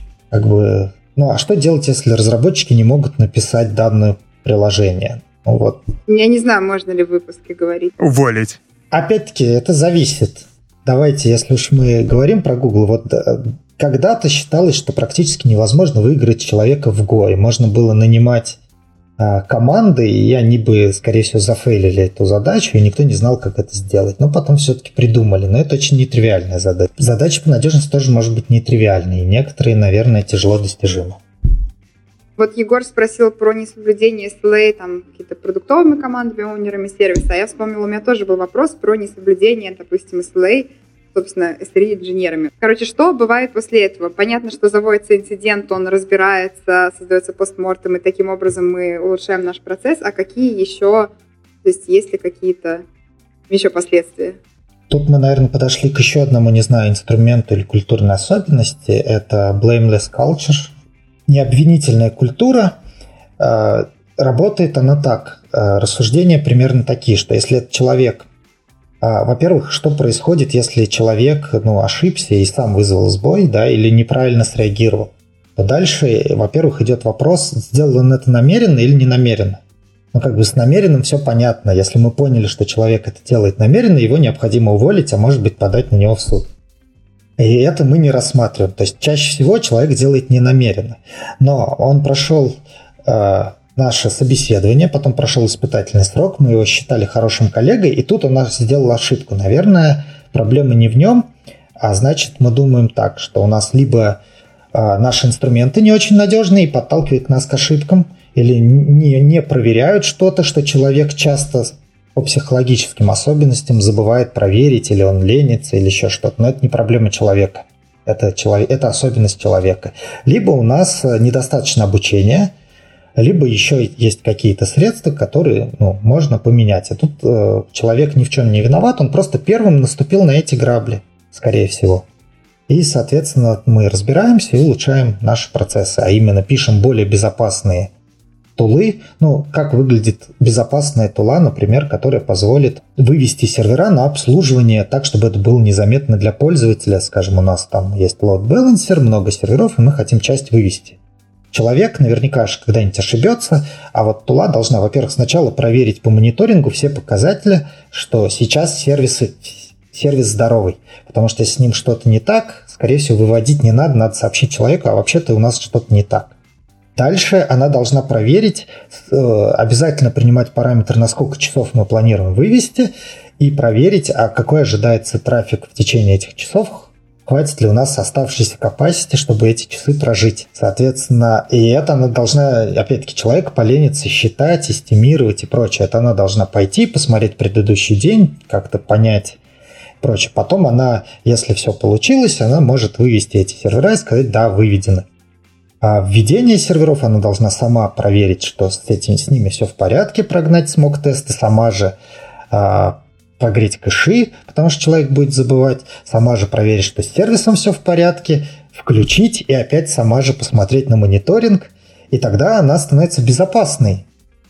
А что делать, если разработчики не могут написать данное приложение? Я не знаю, можно ли в выпуске говорить. Уволить. Опять-таки, это зависит. Давайте, если уж мы говорим про Google, когда-то считалось, что практически невозможно выиграть человека в Go, и можно было нанимать команды, и они бы, скорее всего, зафейлили эту задачу, и никто не знал, как это сделать. Но потом все-таки придумали. Но это очень нетривиальная задача. Задача по надежности тоже может быть нетривиальной, и некоторые, наверное, тяжело достижимы. Вот Егор спросил про несоблюдение SLA какие-то продуктовыми командами, оунерами сервиса, а я вспомнила, у меня тоже был вопрос про несоблюдение, допустим, SLA, собственно, SRE-инженерами. Что бывает после этого? Понятно, что заводится инцидент, он разбирается, создается постмортем, и таким образом мы улучшаем наш процесс. А какие еще, то есть есть ли какие-то еще последствия? Тут мы, наверное, подошли к еще одному, инструменту или культурной особенности. Это blameless culture, необвинительная культура. работает она так. Рассуждения примерно такие, что если этот человек... Во-первых, что происходит, если человек ошибся и сам вызвал сбой, да, или неправильно среагировал? То дальше, во-первых, идет вопрос, сделал он это намеренно или не намеренно. С намеренным все понятно. Если мы поняли, что человек это делает намеренно, его необходимо уволить, а может быть подать на него в суд. И это мы не рассматриваем. То есть чаще всего человек делает ненамеренно. Но он прошел наше собеседование, потом прошел испытательный срок, мы его считали хорошим коллегой, и тут он сделал ошибку. Наверное, проблема не в нем, а значит, мы думаем так, что у нас либо наши инструменты не очень надежные и подталкивают нас к ошибкам, или не проверяют что-то, что человек часто по психологическим особенностям забывает проверить, или он ленится, или еще что-то. Но это не проблема человека, это особенность человека. Либо у нас недостаточно обучения, либо еще есть какие-то средства, которые можно поменять. А тут человек ни в чем не виноват, он просто первым наступил на эти грабли, скорее всего. И, соответственно, мы разбираемся и улучшаем наши процессы, а именно пишем более безопасные тулы. Как выглядит безопасная тула, например, которая позволит вывести сервера на обслуживание так, чтобы это было незаметно для пользователя. Скажем, у нас там есть load balancer, много серверов, и мы хотим часть вывести. Человек наверняка когда-нибудь ошибется, а вот тула должна, во-первых, сначала проверить по мониторингу все показатели, что сейчас сервис здоровый. Потому что если с ним что-то не так, скорее всего, выводить не надо сообщить человеку, а вообще-то у нас что-то не так. Дальше она должна проверить, обязательно принимать параметр, на сколько часов мы планируем вывести, и проверить, а какой ожидается трафик в течение этих часов, хватит ли у нас оставшейся capacity, чтобы эти часы прожить. Соответственно, и это она должна, опять-таки, человек поленится считать, эстимировать и прочее. Это она должна пойти, посмотреть предыдущий день, как-то понять и прочее. Потом она, если все получилось, она может вывести эти сервера и сказать, да, выведены. А введение серверов она должна сама проверить, что с ними все в порядке, прогнать смог-тесты, сама же прогреть кэши, потому что человек будет забывать, сама же проверить, что с сервисом все в порядке, включить и опять сама же посмотреть на мониторинг, и тогда она становится безопасным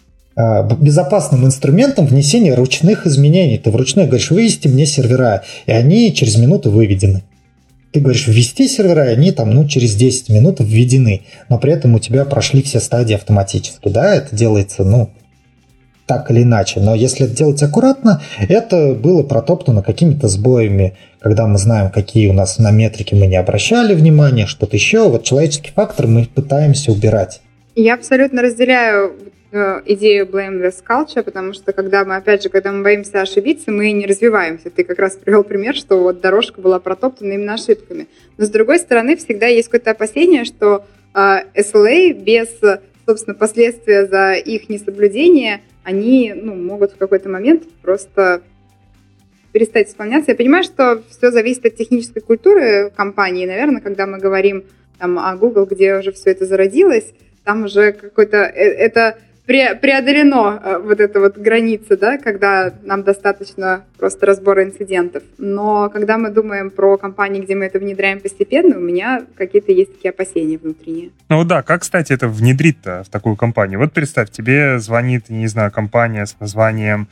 инструментом внесения ручных изменений. Ты вручную говоришь, вывести мне сервера, и они через минуту выведены. Ты говоришь, ввести сервера, и они через 10 минут введены, но при этом у тебя прошли все стадии автоматически. Да, это делается, так или иначе. Но если это делать аккуратно, это было протоптано какими-то сбоями, когда мы знаем, какие у нас на метрике мы не обращали внимания, что-то еще. Вот человеческий фактор мы пытаемся убирать. Я абсолютно разделяю идею blameless culture, потому что когда мы боимся ошибиться, мы не развиваемся. Ты как раз привел пример, что вот дорожка была протоптана именно ошибками. Но с другой стороны, всегда есть какое-то опасение, что SLA без, собственно, последствия за их несоблюдение, они могут в какой-то момент просто перестать исполняться. Я понимаю, что все зависит от технической культуры компании. Наверное, когда мы говорим о Google, где уже все это зародилось, там уже это преодолено вот эта вот граница, да, когда нам достаточно просто разбора инцидентов. Но когда мы думаем про компании, где мы это внедряем постепенно, у меня какие-то есть такие опасения внутренние. Как, кстати, это внедрить-то в такую компанию? Вот представь, тебе звонит, компания с названием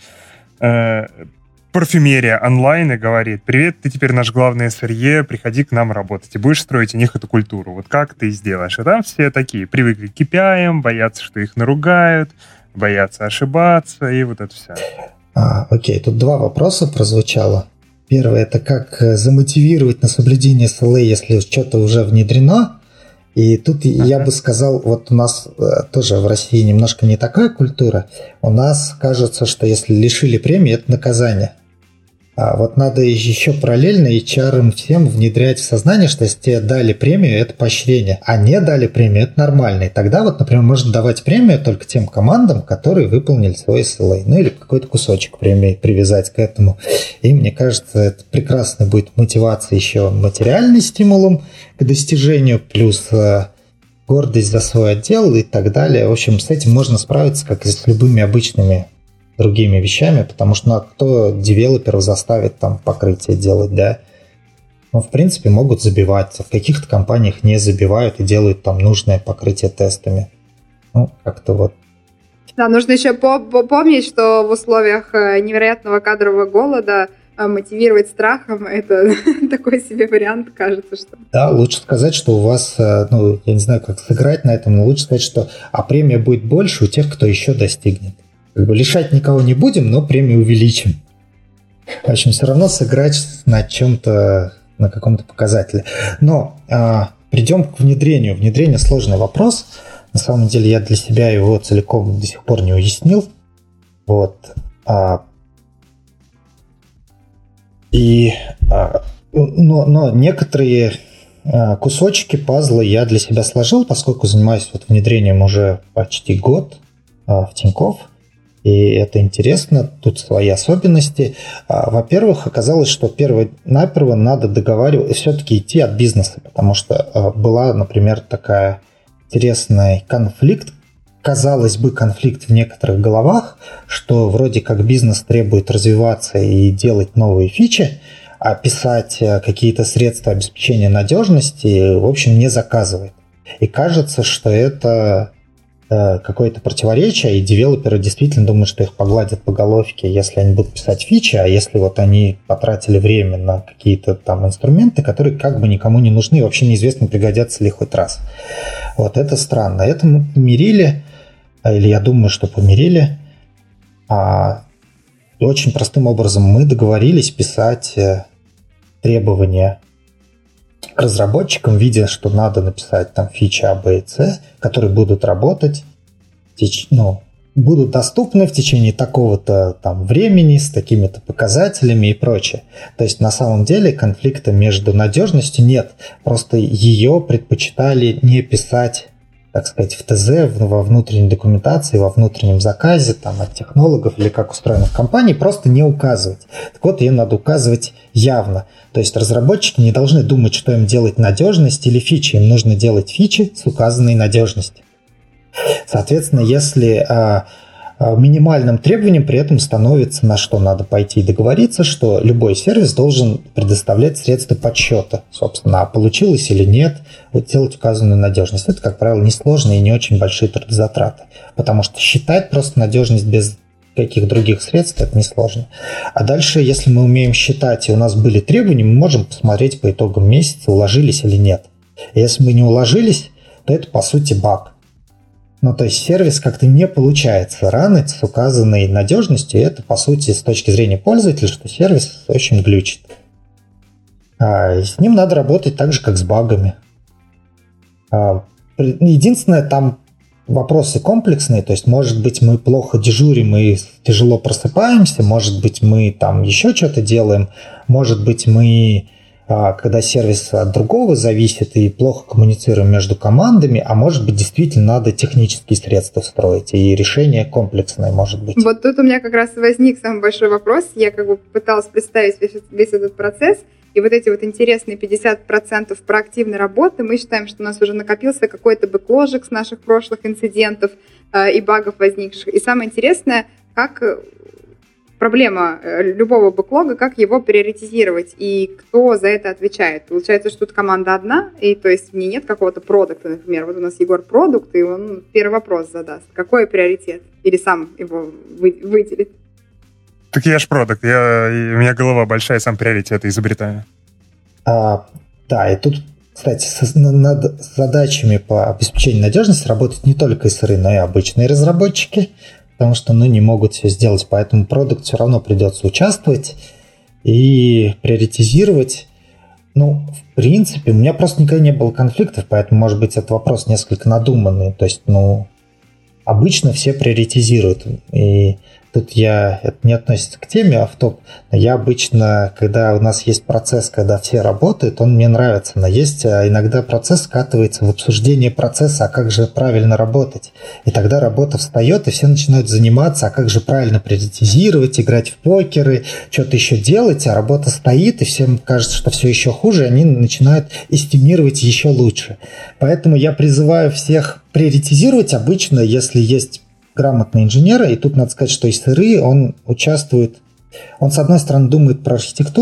парфюмерия онлайн и говорит: привет, ты теперь наш главный SRE, приходи к нам работать, и будешь строить у них эту культуру. Вот как ты сделаешь? И там все такие привыкли к KPI, боятся, что их наругают, боятся ошибаться, и вот это все. Окей, тут два вопроса прозвучало. Первое — это как замотивировать на соблюдение SLA, если что-то уже внедрено. И тут я бы сказал, вот у нас тоже в России немножко не такая культура. У нас кажется, что если лишили премии, это наказание. А вот надо еще параллельно HR всем внедрять в сознание, что если тебе дали премию, это поощрение, а не дали премию, это нормально. И тогда вот, например, можно давать премию только тем командам, которые выполнили свой SLA. Или какой-то кусочек премии привязать к этому. И мне кажется, это прекрасно будет мотивация еще материальным стимулом к достижению, плюс гордость за свой отдел и так далее. В общем, с этим можно справиться, как и с любыми обычными другими вещами, потому что кто девелоперов заставит покрытие делать, да? В принципе, могут забивать. В каких-то компаниях не забивают и делают нужное покрытие тестами. Как-то вот. Да, нужно еще помнить, что в условиях невероятного кадрового голода мотивировать страхом — это такой себе вариант, кажется, что... Да, лучше сказать, что у вас, я не знаю, как сыграть на этом, но лучше сказать, что премия будет больше у тех, кто еще достигнет. Лишать никого не будем, но премию увеличим. В общем, все равно сыграть на чем-то, на каком-то показателе. Но придем к внедрению. Внедрение — сложный вопрос. На самом деле я для себя его целиком до сих пор не уяснил. Но некоторые кусочки пазла я для себя сложил, поскольку занимаюсь внедрением уже почти год в Тинькофф. И это интересно, тут свои особенности. Во-первых, оказалось, что перво-наперво надо договариваться, все-таки идти от бизнеса, потому что была, например, такая интересный конфликт, казалось бы, конфликт в некоторых головах, что вроде как бизнес требует развиваться и делать новые фичи, а писать какие-то средства обеспечения надежности, в общем, не заказывает. И кажется, что это какое-то противоречие, и девелоперы действительно думают, что их погладят по головке, если они будут писать фичи, а если они потратили время на какие-то там инструменты, которые как бы никому не нужны, и вообще неизвестно, пригодятся ли хоть раз. Это странно. Это мы помирили, или я думаю, что помирили. Очень простым образом мы договорились писать требования к разработчикам, видя, что надо написать там фичи А, Б и С, которые будут работать, будут доступны в течение такого-то там времени, с такими-то показателями и прочее. То есть на самом деле конфликта между надежностью нет. Просто ее предпочитали не писать, так сказать, в ТЗ, во внутренней документации, во внутреннем заказе там, от технологов или как устроено в компании, просто не указывать. Так вот, ее надо указывать явно. То есть разработчики не должны думать, что им делать надежность или фичи. Им нужно делать фичи с указанной надежностью. Соответственно, если минимальным требованием при этом становится, на что надо пойти и договориться, что любой сервис должен предоставлять средства подсчета, собственно, получилось или нет, делать указанную надежность. Это, как правило, несложно и не очень большие трудозатраты, потому что считать просто надежность без каких других средств это несложно. А дальше, если мы умеем считать и у нас были требования, мы можем посмотреть по итогам месяца, уложились или нет. И если мы не уложились, то это, по сути, баг. То есть сервис как-то не получается ранить с указанной надежностью, и это, по сути, с точки зрения пользователя, что сервис очень глючит. С ним надо работать так же, как с багами. Единственное, там вопросы комплексные, то есть, может быть, мы плохо дежурим и тяжело просыпаемся, может быть, мы там еще что-то делаем, может быть, мы... когда сервис от другого зависит и плохо коммуницируем между командами, а может быть, действительно надо технические средства строить, и решение комплексное может быть. Вот тут у меня как раз возник самый большой вопрос. Я пыталась представить весь этот процесс, и эти интересные 50% проактивной работы, мы считаем, что у нас уже накопился какой-то бэкложик с наших прошлых инцидентов и багов возникших. И самое интересное, как... Проблема любого бэклога, как его приоритизировать и кто за это отвечает. Получается, что тут команда одна, и то есть мне нет какого-то продукта, например. У нас Егор продукт, и он первый вопрос задаст. Какой приоритет? Или сам его выделит? Так я ж продукт, у меня голова большая, сам приоритеты изобретаю. Да, и тут, кстати, над задачами по обеспечению надежности работают не только СРы, но и обычные разработчики, потому что не могут все сделать, поэтому продукт все равно придется участвовать и приоритизировать. В принципе, у меня просто никогда не было конфликтов, поэтому, может быть, этот вопрос несколько надуманный. То есть, обычно все приоритизируют, и тут это не относится к теме автоп, но я обычно, когда у нас есть процесс, когда все работают, он мне нравится, но есть иногда процесс скатывается в обсуждение процесса, а как же правильно работать. И тогда работа встает, и все начинают заниматься, а как же правильно приоритизировать, играть в покеры, что-то еще делать, а работа стоит, и всем кажется, что все еще хуже, и они начинают эстимировать еще лучше. Поэтому я призываю всех приоритизировать обычно, если есть грамотные инженеры, и тут надо сказать, что СРИ, он участвует, он с одной стороны думает про архитектуру,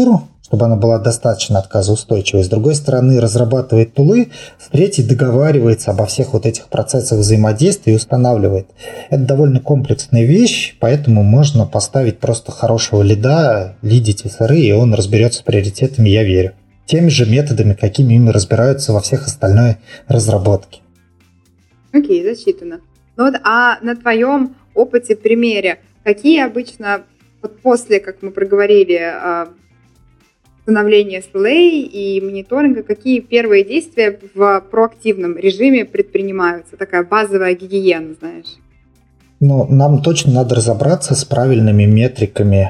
чтобы она была достаточно отказоустойчивой. С другой стороны, разрабатывает тулы, с третьей договаривается обо всех вот этих процессах взаимодействия и устанавливает. Это довольно комплексная вещь, поэтому можно поставить просто хорошего лида, лидить SRE, и он разберется с приоритетами, я верю. Теми же методами, какими ими разбираются во всех остальной разработке. Окей, засчитано. А на твоем опыте, примере, какие обычно, после, как мы проговорили, становления SLA и мониторинга, какие первые действия в проактивном режиме предпринимаются? Такая базовая гигиена, знаешь. Нам точно надо разобраться с правильными метриками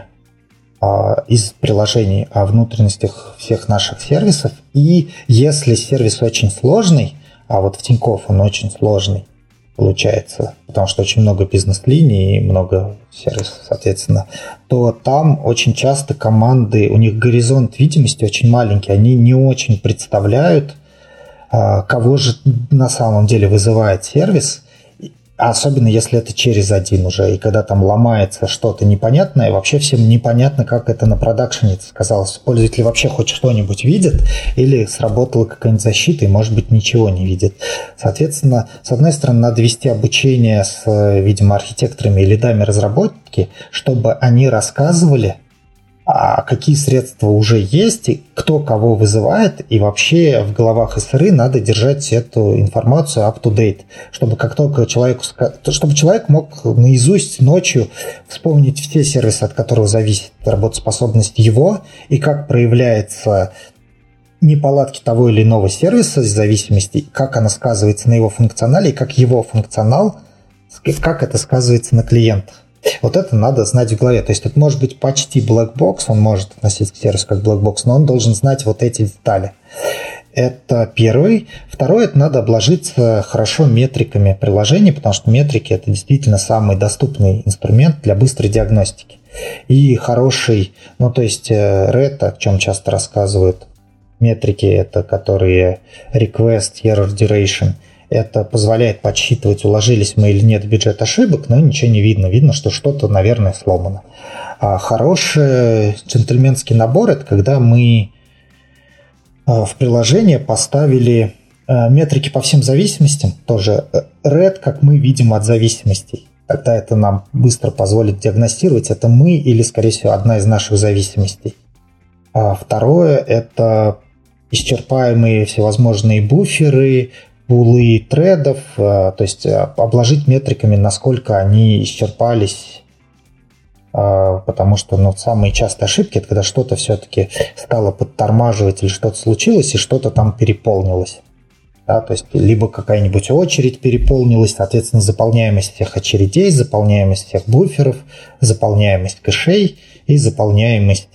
из приложений о внутренностях всех наших сервисов. И если сервис очень сложный, а вот в Тинькофф он очень сложный, получается, потому что очень много бизнес-линий и много сервисов, соответственно, то там очень часто команды, у них горизонт видимости очень маленький, они не очень представляют, кого же на самом деле вызывает сервис, особенно если это через один уже, и когда там ломается что-то непонятное, вообще всем непонятно, как это на продакшене сказалось. Пользователь вообще хоть что-нибудь видит, или сработала какая-нибудь защита, и, может быть, ничего не видит. Соответственно, с одной стороны, надо вести обучение с, видимо, архитекторами и лидами разработки, чтобы они рассказывали, какие средства уже есть, и кто кого вызывает, и вообще в головах SRE надо держать эту информацию up-to-date, чтобы как только чтобы человек мог наизусть ночью вспомнить все сервисы, от которых зависит работоспособность его, и как проявляется неполадки того или иного сервиса из зависимости, как она сказывается на его функционале, и как его функционал, как это сказывается на клиентах. Вот это надо знать в голове. То есть это может быть почти black box, он может относиться к сервису как black box, но он должен знать вот эти детали. Это первый. Второй, это надо обложиться хорошо метриками приложений, потому что метрики – это действительно самый доступный инструмент для быстрой диагностики. И хороший, то есть RED, о чем часто рассказывают, метрики – это которые request, error duration – это позволяет подсчитывать, уложились мы или нет в бюджет ошибок, но ничего не видно. Видно, что что-то, наверное, сломано. А хороший джентльменский набор – это когда мы в приложение поставили метрики по всем зависимостям. Тоже RED, как мы видим от зависимостей. Тогда это нам быстро позволит диагностировать, это мы или, скорее всего, одна из наших зависимостей. А второе – это исчерпаемые всевозможные буферы, пулы тредов, то есть обложить метриками, насколько они исчерпались, потому что самые частые ошибки – это когда что-то все-таки стало подтормаживать или что-то случилось, и что-то там переполнилось. Да, то есть либо какая-нибудь очередь переполнилась, соответственно, заполняемость всех очередей, заполняемость всех буферов, заполняемость кэшей и заполняемость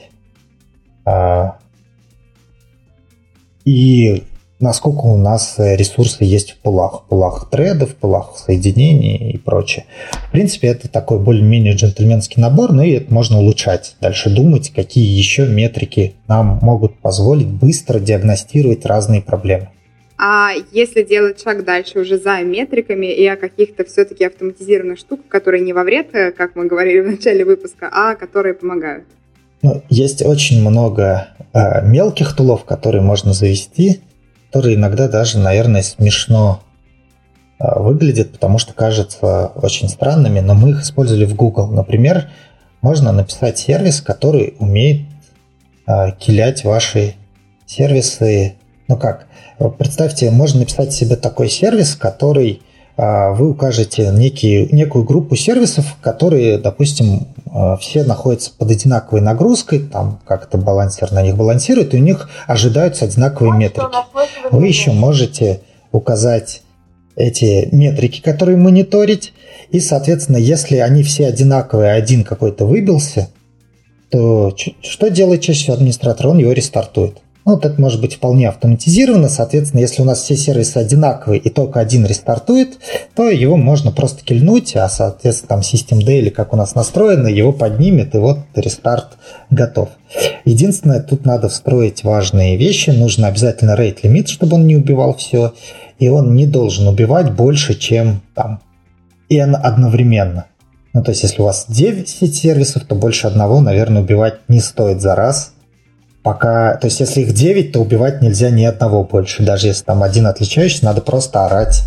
и насколько у нас ресурсы есть в пулах тредов, в пулах соединений и прочее. В принципе, это такой более-менее джентльменский набор, но и это можно улучшать. Дальше думать, какие еще метрики нам могут позволить быстро диагностировать разные проблемы. А если делать шаг дальше уже за метриками и о каких-то все-таки автоматизированных штуках, которые не во вред, как мы говорили в начале выпуска, а которые помогают? Есть очень много мелких тулов, которые можно завести, которые иногда даже, наверное, смешно выглядят, потому что кажутся очень странными, но мы их использовали в Google. Например, можно написать сервис, который умеет киллять ваши сервисы. Представьте, можно написать себе такой сервис, который вы укажете некую группу сервисов, которые, допустим, все находятся под одинаковой нагрузкой, там как-то балансер на них балансирует, и у них ожидаются одинаковые метрики. Вы еще можете указать эти метрики, которые мониторить, и, соответственно, если они все одинаковые, а один какой-то выбился, то что делает чаще всего администратор? Он его рестартует. Это может быть вполне автоматизировано. Соответственно, если у нас все сервисы одинаковые и только один рестартует, то его можно просто кильнуть, а, соответственно, там Systemd или как у нас настроено, его поднимет, и вот рестарт готов. Единственное, тут надо встроить важные вещи. Нужно обязательно rate limit, чтобы он не убивал все, и он не должен убивать больше, чем n одновременно. То есть, если у вас 10 сервисов, то больше одного, наверное, убивать не стоит за раз. Пока, то есть если их 9, то убивать нельзя ни одного больше. Даже если там один отличающийся, надо просто орать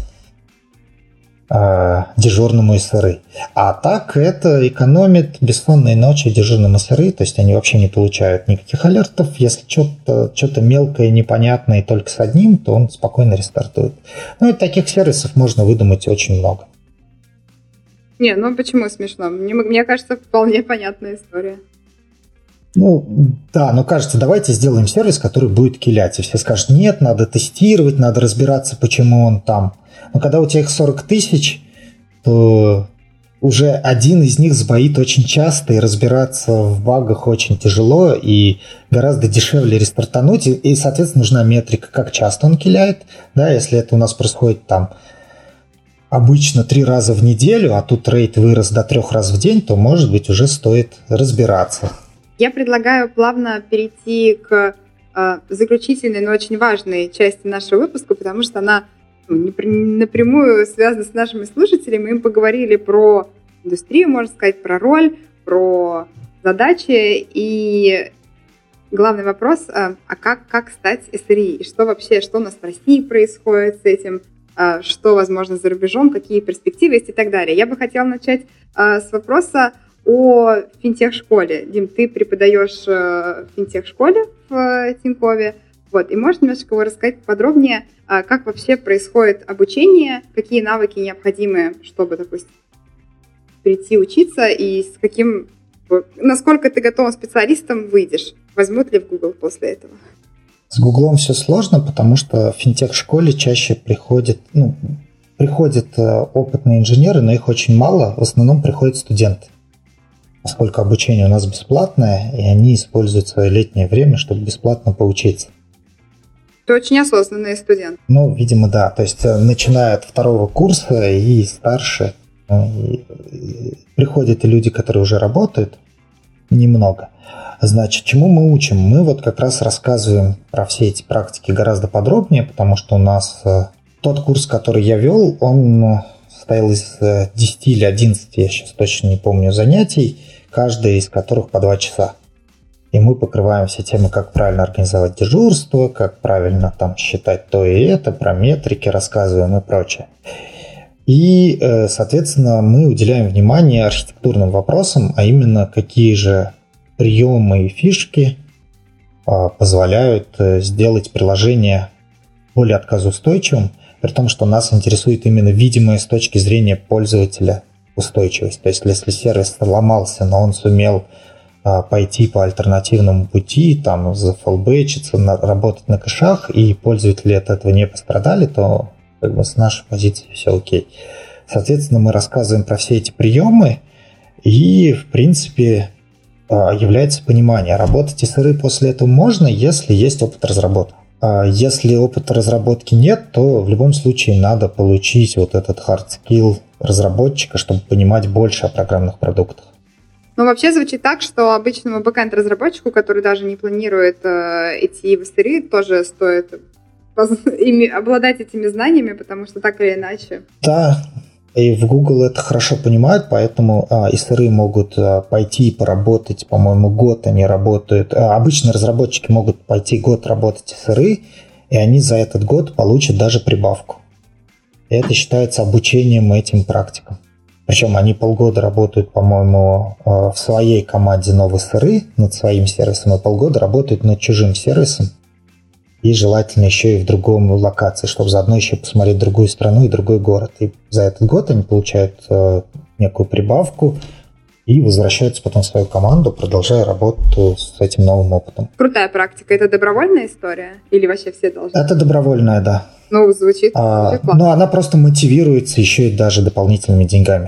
дежурному СРИ. А так это экономит бессонные ночи дежурным СРИ, то есть они вообще не получают никаких алертов. Если что-то мелкое, непонятное и только с одним, то он спокойно рестартует. Ну и таких сервисов можно выдумать очень много. Не, ну почему смешно? Мне кажется, вполне понятная история. Ну, да, но кажется, давайте сделаем сервис, который будет киллять. И все скажут, нет, надо тестировать, надо разбираться, почему он там. Но когда у тебя их 40 тысяч, то уже один из них сбоит очень часто, и разбираться в багах очень тяжело, и гораздо дешевле рестартануть. И, соответственно, нужна метрика, как часто он килляет. Да, если это у нас происходит там обычно 3 раза в неделю, а тут рейт вырос до 3 раз в день, то, может быть, уже стоит разбираться. Я предлагаю плавно перейти к заключительной, но очень важной части нашего выпуска, потому что она напрямую связана с нашими слушателями. Мы им поговорили про индустрию, можно сказать, про роль, про задачи. И главный вопрос, как стать SRE? И что вообще, что у нас в России происходит с этим? Что, возможно, за рубежом, какие перспективы есть и так далее. Я бы хотела начать с вопроса о финтех-школе. Дим, ты преподаешь в финтех-школе в Тинькове. Вот, и можешь немножко рассказать подробнее, как вообще происходит обучение, какие навыки необходимы, чтобы, допустим, прийти учиться, и с каким, насколько ты готовым специалистом выйдешь? Возьмут ли в Google после этого? С Гуглом все сложно, потому что в финтех-школе чаще приходят опытные инженеры, но их очень мало, в основном приходят студенты. Поскольку обучение у нас бесплатное, и они используют свое летнее время, чтобы бесплатно поучиться. Ты очень осознанный студент. Ну, видимо, да. То есть, начиная от 2 курса и старше, приходят и люди, которые уже работают, немного. Значит, чему мы учим? Мы вот как раз рассказываем про все эти практики гораздо подробнее, потому что у нас тот курс, который я вел, он состоял из 10 или 11, я сейчас точно не помню, занятий, каждая из которых по 2 часа. И мы покрываем все темы, как правильно организовать дежурство, как правильно там считать то и это, про метрики рассказываем и прочее. И, соответственно, мы уделяем внимание архитектурным вопросам, а именно какие же приемы и фишки позволяют сделать приложение более отказоустойчивым, при том, что нас интересует именно видимая с точки зрения пользователя устойчивость. То есть, если сервис сломался, но он сумел пойти по альтернативному пути, там, зафолбэчиться, работать на кэшах, и пользователи от этого не пострадали, то как бы с нашей позиции все окей. Соответственно, мы рассказываем про все эти приемы, и, в принципе, является понимание. Работать SRE после этого можно, если есть опыт разработки. Если опыта разработки нет, то в любом случае надо получить вот этот hard skill разработчика, чтобы понимать больше о программных продуктах. Ну, вообще звучит так, что обычному бэкэнд-разработчику, который даже не планирует идти в SRE, тоже стоит обладать этими знаниями, потому что так или иначе. Да, и в Google это хорошо понимают, поэтому SRE могут пойти поработать, по-моему, год они работают. Обычные разработчики могут пойти год работать SRE, и они за этот год получат даже прибавку. И это считается обучением этим практикам. Причем они полгода работают, по-моему, в своей команде новой SRE над своим сервисом, и полгода работают над чужим сервисом. И желательно еще и в другом локации, чтобы заодно еще посмотреть другую страну и другой город. И за этот год они получают некую прибавку и возвращаются потом в свою команду, продолжая работу с этим новым опытом. Крутая практика. Это добровольная история? Или вообще все должны? Это добровольная, да. Ну, звучит классно. Но она просто мотивируется еще и даже дополнительными деньгами.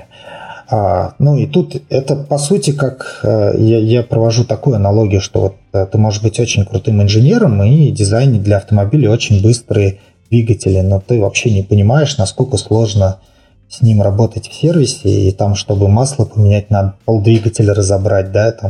Ну и тут это по сути как я провожу такую аналогию, что вот ты можешь быть очень крутым инженером и дизайнить для автомобилей очень быстрые двигатели, но ты вообще не понимаешь, насколько сложно с ним работать в сервисе, и там, чтобы масло поменять, надо полдвигателя разобрать, да, там.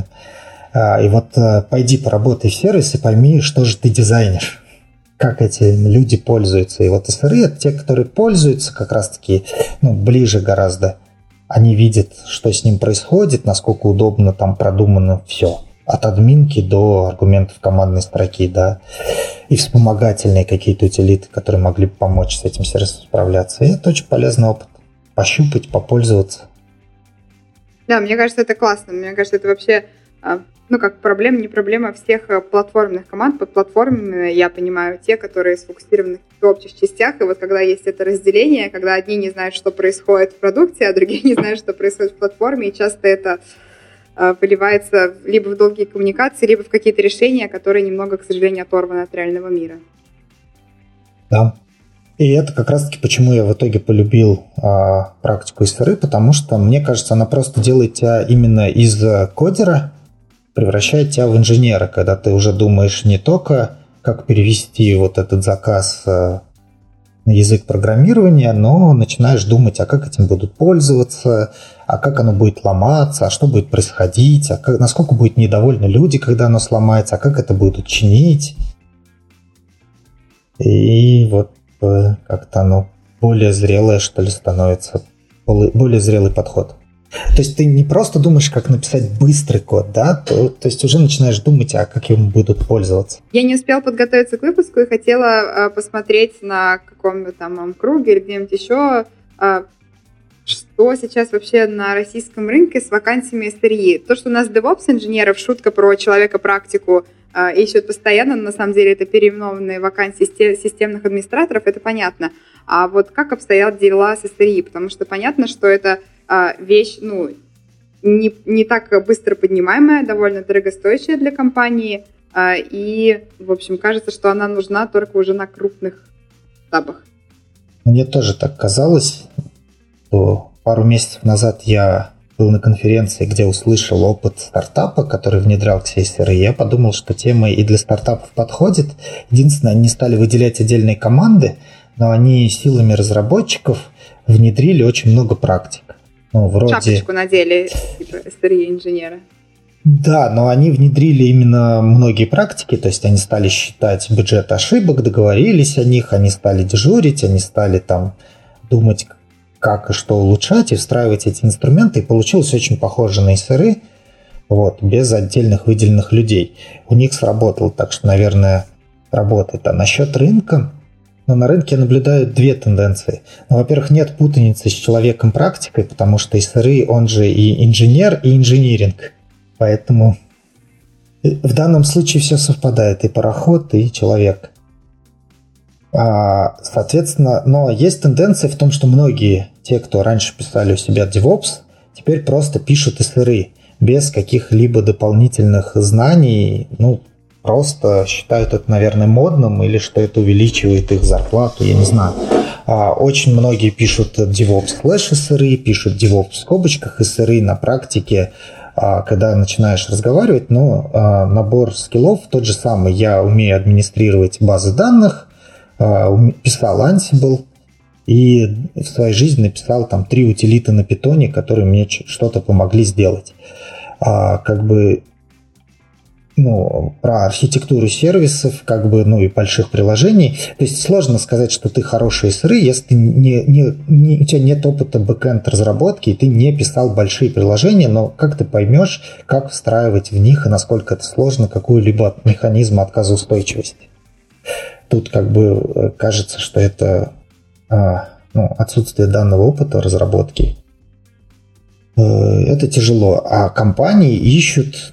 И вот пойди поработай в сервисе, пойми, что же ты дизайнишь, как эти люди пользуются. И вот SRE — это те, которые пользуются как раз-таки, ближе гораздо. Они видят, что с ним происходит, насколько удобно там продумано все. от админки до аргументов командной строки, да, и вспомогательные какие-то утилиты, которые могли бы помочь с этим сервисом справляться. И это очень полезный опыт. Пощупать, попользоваться. Да, мне кажется, это классно. Мне кажется, это вообще, как проблема, не проблема всех платформенных команд. Под платформами я понимаю те, которые сфокусированы в общих частях. И вот когда есть это разделение, когда одни не знают, что происходит в продукте, а другие не знают, что происходит в платформе, и часто это выливается либо в долгие коммуникации, либо в какие-то решения, которые немного, к сожалению, оторваны от реального мира. Да. И это как раз-таки почему я в итоге полюбил практику SRE, потому что, мне кажется, она просто делает тебя именно из кодера, превращает тебя в инженера, когда ты уже думаешь не только, как перевести вот этот заказ на язык программирования, но начинаешь думать, а как этим будут пользоваться, а как оно будет ломаться, а что будет происходить, насколько будут недовольны люди, когда оно сломается, а как это будут чинить. И вот как-то оно более зрелое, что ли, становится, более зрелый подход. То есть ты не просто думаешь, как написать быстрый код, да, то есть уже начинаешь думать, а как им будут пользоваться. Я не успела подготовиться к выпуску и хотела посмотреть на каком-то там круге или где-нибудь еще, что сейчас вообще на российском рынке с вакансиями SRE. То, что у нас DevOps-инженеров, шутка про человека-практику, ищут постоянно, но на самом деле это переименованные вакансии системных администраторов, это понятно. А вот как обстоят дела с SRE? Потому что понятно, что это вещь, не так быстро поднимаемая, довольно дорогостоящая для компании, и, в общем, кажется, что она нужна только уже на крупных штабах. Мне тоже так казалось. Пару месяцев назад я был на конференции, где услышал опыт стартапа, который внедрял SRE, и я подумал, что тема и для стартапов подходит. Единственное, они стали выделять отдельные команды, но они силами разработчиков внедрили очень много практик. Вроде... Шапочку надели, типа SRE-инженера. Да, но они внедрили именно многие практики, то есть они стали считать бюджет ошибок, договорились о них, они стали дежурить, они стали там думать, как и что улучшать, и встраивать эти инструменты, и получилось очень похоже на SRE, без отдельных выделенных людей. У них сработало, так что, наверное, работает. А насчет рынка, на рынке я наблюдаю две тенденции. Во-первых, нет путаницы с человеком-практикой, потому что SRE, он же и инженер, и инжиниринг. Поэтому в данном случае все совпадает, и пароход, и человек. Соответственно, но есть тенденция в том, что многие, те, кто раньше писали у себя DevOps, теперь просто пишут SRE без каких-либо дополнительных знаний, просто считают это, наверное, модным, или что это увеличивает их зарплату, я не знаю. Очень многие пишут DevOps/SRE, пишут DevOps в скобочках SRE на практике, когда начинаешь разговаривать, набор скиллов тот же самый. Я умею администрировать базы данных, писал Ansible, и в своей жизни написал 3 утилиты на питоне, которые мне что-то помогли сделать. Про архитектуру сервисов, и больших приложений. То есть сложно сказать, что ты хороший SRE, если у тебя нет опыта бэкэнд разработки, и ты не писал большие приложения, но как ты поймешь, как встраивать в них, и насколько это сложно, какой-либо механизм отказоустойчивости. Тут кажется, что это отсутствие данного опыта разработки. Это тяжело. А компании ищут,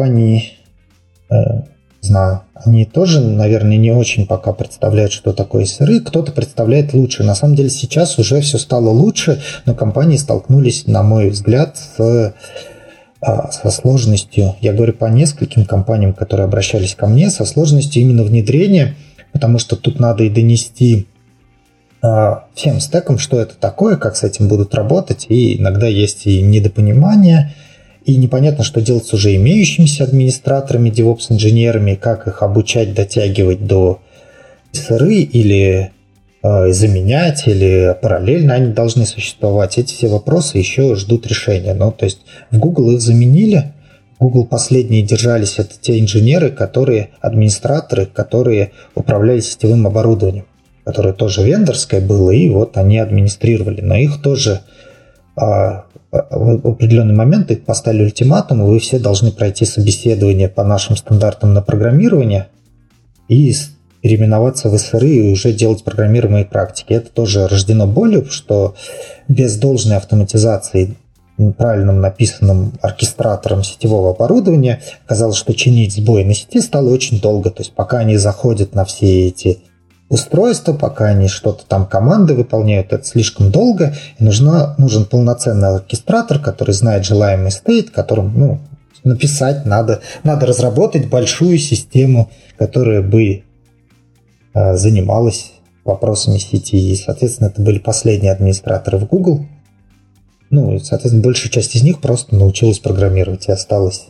знаю, они тоже, наверное, не очень пока представляют, что такое SRE. Кто-то представляет лучше. На самом деле сейчас уже все стало лучше, но компании столкнулись, на мой взгляд, со сложностью. Я говорю по нескольким компаниям, которые обращались ко мне, со сложностью именно внедрения, потому что тут надо и донести всем стекам, что это такое, как с этим будут работать, и иногда есть и недопонимание, и непонятно, что делать с уже имеющимися администраторами, DevOps-инженерами, как их обучать, дотягивать до SRE, или заменять, или параллельно они должны существовать. Эти все вопросы еще ждут решения. То есть в Google их заменили. Google последние держались, это те инженеры, администраторы, которые управляли сетевым оборудованием, которое тоже вендорское было, и они администрировали. Но их тоже в определенный момент их поставили ультиматум, вы все должны пройти собеседование по нашим стандартам на программирование и переименоваться в SRE и уже делать программируемые практики. Это тоже рождено болью, что без должной автоматизации правильным написанным оркестратором сетевого оборудования оказалось, что чинить сбой на сети стало очень долго. То есть пока они заходят на все эти устройства, пока они что-то там команды выполняют, это слишком долго. И нужен полноценный оркестратор, который знает желаемый стейт, которым написать надо разработать большую систему, которая бы занималась вопросами сети. И, соответственно, это были последние администраторы в Google. И, соответственно, большая часть из них просто научилась программировать и осталась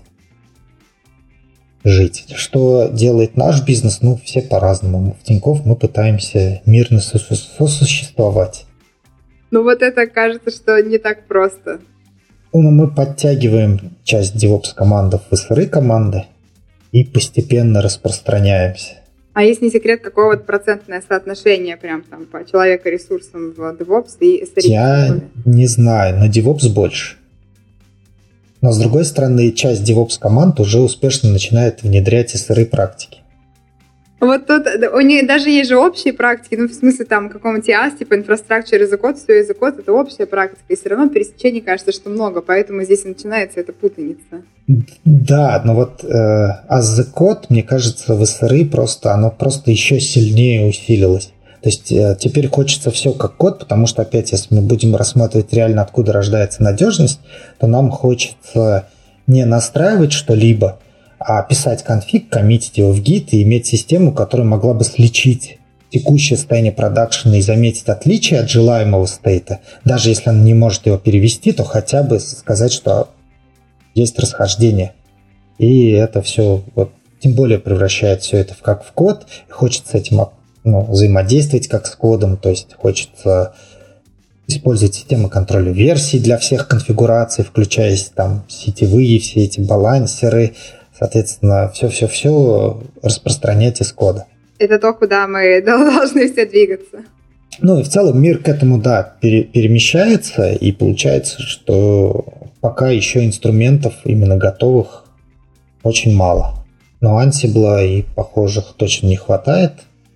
жить. Что делает наш бизнес? Все по-разному. В Тинькофф мы пытаемся мирно сосуществовать. Вот это кажется, что не так просто. Мы подтягиваем часть DevOps-командов в SRE-команды и постепенно распространяемся. А если не секрет, какое процентное соотношение прям там по человека-ресурсам в DevOps и SRE? Я не знаю, на DevOps больше. Но, с другой стороны, часть DevOps-команд уже успешно начинает внедрять SRE-практики. Вот тут у них даже есть же общие практики, в смысле там какого-нибудь IaaS, типа Infrastructure as a Code, все as a Code, это общая практика, и все равно пересечений кажется, что много, поэтому здесь и начинается эта путаница. Да, но as a Code, мне кажется, в SRE оно просто еще сильнее усилилось. То есть теперь хочется все как код, потому что, опять, если мы будем рассматривать реально, откуда рождается надежность, то нам хочется не настраивать что-либо, а писать конфиг, коммитить его в Git и иметь систему, которая могла бы сличить текущее состояние продакшена и заметить отличие от желаемого стейта. Даже если он не может его перевести, то хотя бы сказать, что есть расхождение. И это все, тем более превращает все это как в код. И хочется с этим взаимодействовать как с кодом, то есть хочется использовать систему контроля версий для всех конфигураций, включая там сетевые, все эти балансеры, соответственно, все распространять из кода. Это то, куда мы должны все двигаться. И в целом мир к этому, перемещается, и получается, что пока еще инструментов именно готовых очень мало. Но Ansible и похожих точно не хватает.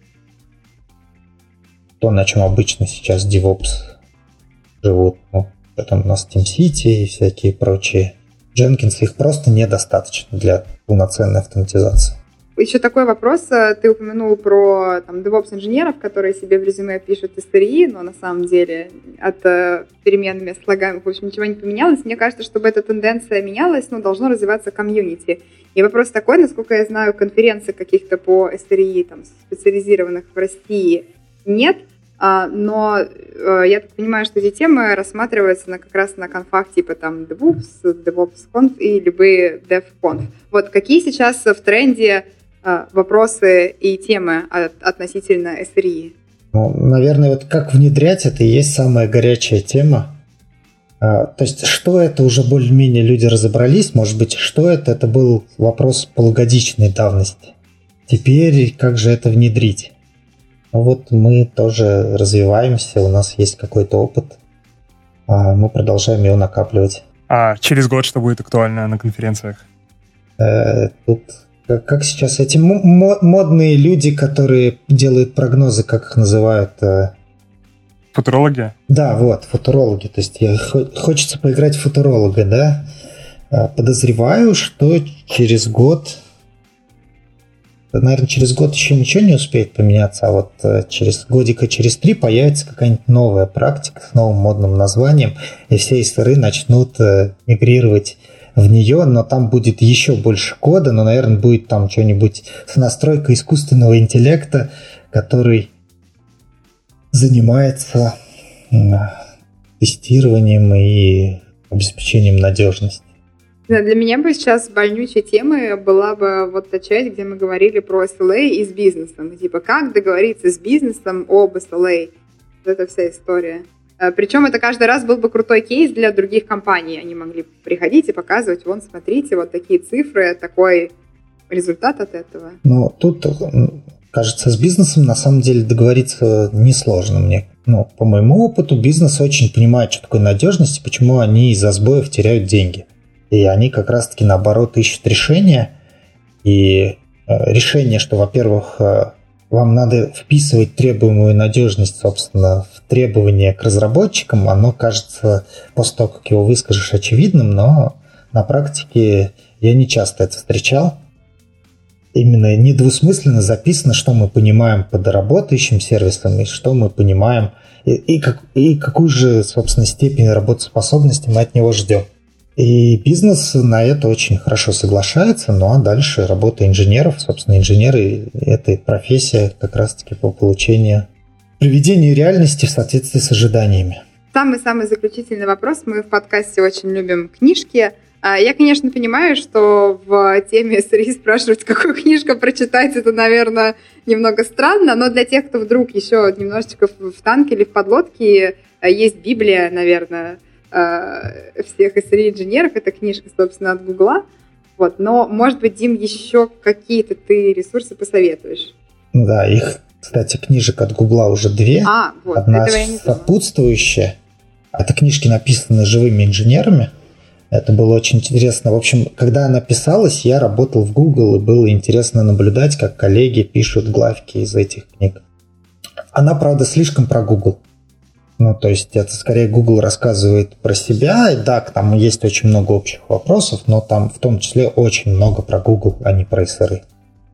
То, на чем обычно сейчас DevOps живут. Потом у нас TeamCity и всякие прочие. Jenkins, их просто недостаточно для полноценной автоматизации. Еще такой вопрос. Ты упомянул про DevOps-инженеров, которые себе в резюме пишут SRE, но на самом деле от перемен мест слагаемых, в общем, ничего не поменялось. Мне кажется, чтобы эта тенденция менялась, должно развиваться комьюнити. И вопрос такой, насколько я знаю, конференций каких-то по SRE, специализированных в России нет, но я так понимаю, что эти темы рассматриваются как раз на конфах типа DevOps, DevOps.conf и любые DevConf. Какие сейчас в тренде вопросы и темы относительно SRE? Наверное, как внедрять это и есть самая горячая тема. То есть, что это, уже более-менее люди разобрались. Может быть, что это? Это был вопрос полугодичной давности. Теперь, как же это внедрить? Мы тоже развиваемся, у нас есть какой-то опыт, мы продолжаем его накапливать. А через год что будет актуально на конференциях? Тут, как сейчас эти модные люди, которые делают прогнозы, как их называют? Футурологи? Да, футурологи. То есть хочется поиграть в футуролога, да? Подозреваю, что через год... Наверное, через год еще ничего не успеет поменяться, а через годика, через 3 появится какая-нибудь новая практика с новым модным названием, и все SRE начнут мигрировать в нее, но там будет еще больше кода, но, наверное, будет там что-нибудь с настройкой искусственного интеллекта, который занимается тестированием и обеспечением надежности. Для меня бы сейчас больнючей темой была бы та часть, где мы говорили про SLA и с бизнесом. Как договориться с бизнесом об SLA. Это вся история. Причем это каждый раз был бы крутой кейс для других компаний. Они могли приходить и показывать, смотрите, такие цифры, такой результат от этого. Тут кажется, с бизнесом на самом деле договориться несложно мне. По моему опыту, бизнес очень понимает, что такое надежность и почему они из-за сбоев теряют деньги. И они как раз-таки, наоборот, ищут решения. И решение, что, во-первых, вам надо вписывать требуемую надежность, собственно, в требования к разработчикам, оно кажется, после того, как его выскажешь, очевидным, но на практике я не часто это встречал. Именно недвусмысленно записано, что мы понимаем под работающим сервисом и что мы понимаем, и какую же, собственно, степень работоспособности мы от него ждем. И бизнес на это очень хорошо соглашается, ну а дальше работа инженеров, собственно, инженеры – это профессия как раз-таки по получению, приведению реальности в соответствии с ожиданиями. Самый заключительный вопрос. Мы в подкасте очень любим книжки. Я, конечно, понимаю, что в теме SRE спрашивать, какую книжку прочитать, это, наверное, немного странно, но для тех, кто вдруг еще немножечко в танке или в подлодке, есть Библия, наверное, всех SRE-инженеров. Это книжка, собственно, от Гугла. Вот. Но, может быть, Дим, еще какие-то ты ресурсы посоветуешь? Да, их, кстати, книжек от Гугла уже 2. Вот, одна сопутствующая. Это книжки, написаны живыми инженерами. Это было очень интересно. В общем, когда она писалась, я работал в Google, и было интересно наблюдать, как коллеги пишут главки из этих книг. Она, правда, слишком про Google. То есть это скорее Google рассказывает про себя. И да, там есть очень много общих вопросов, но там в том числе очень много про Google, а не про SRE.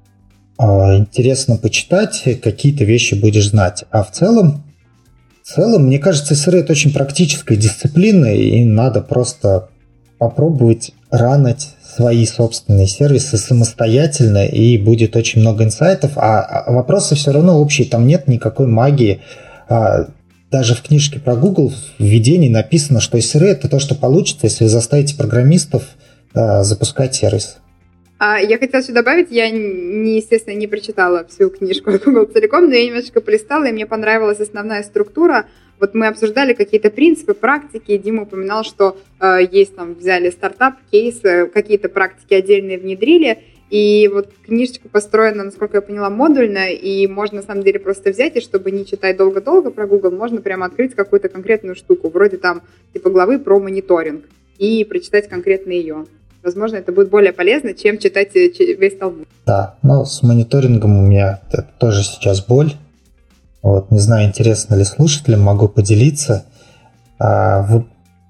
Интересно почитать, какие-то вещи будешь знать. А в целом, мне кажется, SRE – это очень практическая дисциплина, и надо просто попробовать ранить свои собственные сервисы самостоятельно, и будет очень много инсайтов, а вопросы все равно общие, там нет никакой магии. Даже в книжке про Google в введении написано, что SRE – это то, что получится, если вы заставите программистов запускать сервис. Я хотела еще добавить, я, естественно, не прочитала всю книжку от Google целиком, но я немножечко полистала, и мне понравилась основная структура. Вот мы обсуждали какие-то принципы, практики, и Дима упоминал, что есть там, взяли стартап, кейс, какие-то практики отдельные внедрили, и вот книжечка построена, насколько я поняла, модульно, и можно на самом деле просто взять, и чтобы не читать долго-долго про Google, можно прямо открыть какую-то конкретную штуку, вроде там типа главы про мониторинг, и прочитать конкретно ее. Возможно, это будет более полезно, чем читать весь Талмуд. Да, с мониторингом у меня это тоже сейчас боль. Вот, не знаю, интересно ли слушателям, могу поделиться. В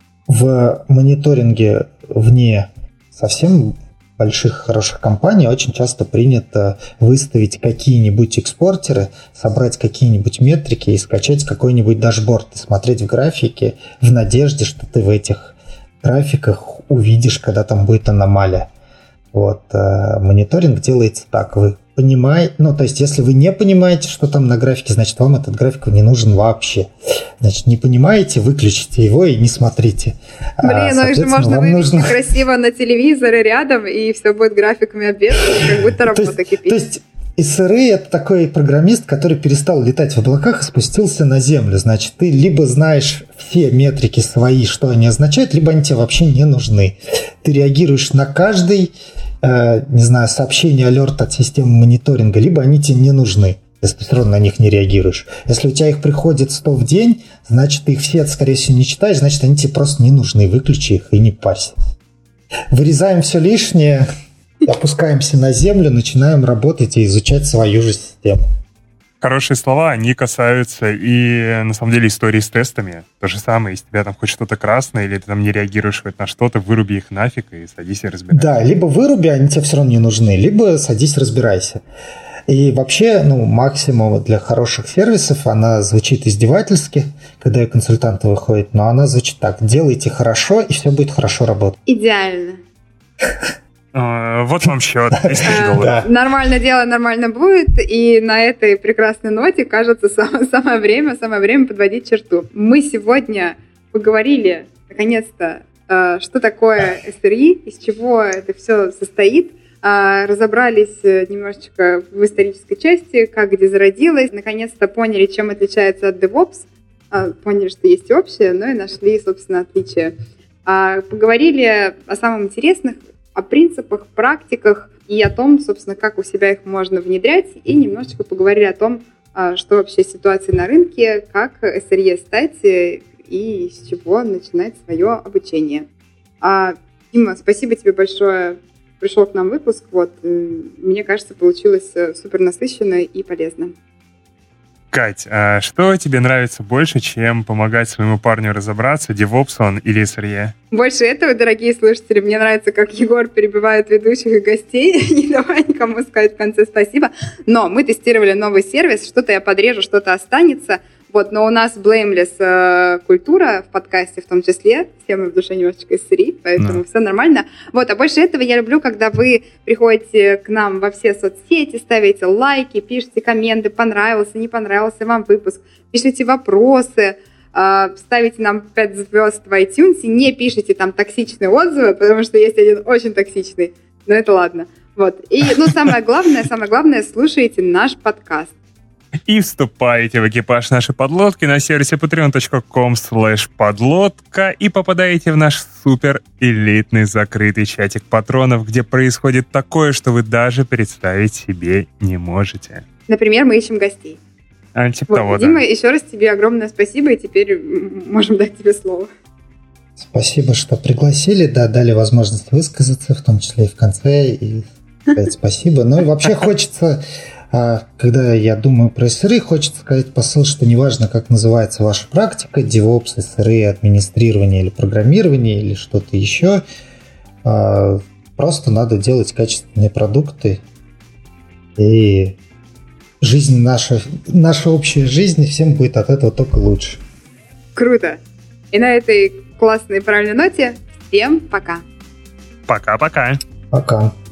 мониторинге вне совсем больших хороших компаний очень часто принято выставить какие-нибудь экспортеры, собрать какие-нибудь метрики и скачать какой-нибудь дашборд и смотреть в графике в надежде, что ты в этих графиках увидишь, когда там будет аномалия. Вот, мониторинг делается так. Вы понимаете, то есть, если вы не понимаете, что там на графике, значит, вам этот график не нужен вообще. Значит, не понимаете, выключите его и не смотрите. Их же можно вывести красиво на телевизоре рядом, и все будет графиками обвешано, как будто работа кипит. То есть, SRE – это такой программист, который перестал летать в облаках и спустился на землю. Значит, ты либо знаешь все метрики свои, что они означают, либо они тебе вообще не нужны. Ты реагируешь на каждый, сообщение, алерт от системы мониторинга, либо они тебе не нужны, если ты все равно на них не реагируешь. Если у тебя их приходит 100 в день, значит, ты их все, скорее всего, не читаешь, значит, они тебе просто не нужны. Выключи их и не парься. Вырезаем все лишнее, опускаемся на землю, начинаем работать и изучать свою же систему. Хорошие слова, они касаются и, на самом деле, истории с тестами. То же самое, если у тебя там хоть что-то красное, или ты там не реагируешь на что-то, выруби их нафиг и садись и разбирайся. Да, либо выруби, они тебе все равно не нужны, либо садись, разбирайся. И вообще, максимум для хороших сервисов, она звучит издевательски, когда ее консультанты выходят, но она звучит так: делайте хорошо, и все будет хорошо работать. Идеально. Вот вам счет, $1000. Нормально дело, нормально будет. И на этой прекрасной ноте, кажется, самое время подводить черту. Мы сегодня поговорили, наконец-то, что такое SRE, из чего это все состоит. Разобрались немножечко в исторической части, как где зародилось. Наконец-то поняли, чем отличается от DevOps. Поняли, что есть общее, но и нашли, собственно, отличия. Поговорили о самом интересном, о принципах, практиках и о том, собственно, как у себя их можно внедрять, и немножечко поговорили о том, что вообще ситуация на рынке, как SRE стать и с чего начинать свое обучение. Дима, спасибо тебе большое, пришел к нам выпуск. Мне кажется, получилось супер насыщенно и полезно. Кать, а что тебе нравится больше, чем помогать своему парню разобраться, DevOps он или SRE? Больше этого, дорогие слушатели, мне нравится, как Егор перебивает ведущих и гостей, не давая никому сказать в конце спасибо. Но мы тестировали новый сервис, что-то я подрежу, что-то останется. Но у нас blameless культура в подкасте в том числе. Все мы в душе немножечко SRE, поэтому все нормально. А больше этого я люблю, когда вы приходите к нам во все соцсети, ставите лайки, пишите комменты, понравился, не понравился вам выпуск, пишите вопросы, ставите нам 5 звезд в iTunes, не пишите там токсичные отзывы, потому что есть один очень токсичный, но это ладно. И, самое главное, слушайте наш подкаст. И вступаете в экипаж нашей подлодки на сервисе patreon.com/подлодка и попадаете в наш супер элитный закрытый чатик патронов, где происходит такое, что вы даже представить себе не можете. Например, мы ищем гостей. Того, Дима, еще раз тебе огромное спасибо, и теперь можем дать тебе слово. Спасибо, что пригласили, дали возможность высказаться, в том числе и в конце, и сказать спасибо. И вообще хочется... Когда я думаю про SRE, хочется сказать посыл, что неважно, как называется ваша практика, DevOps, SRE, администрирование или программирование или что-то еще, просто надо делать качественные продукты, и жизнь наша общая жизнь, всем будет от этого только лучше. Круто! И на этой классной и правильной ноте всем пока! Пока-пока! Пока!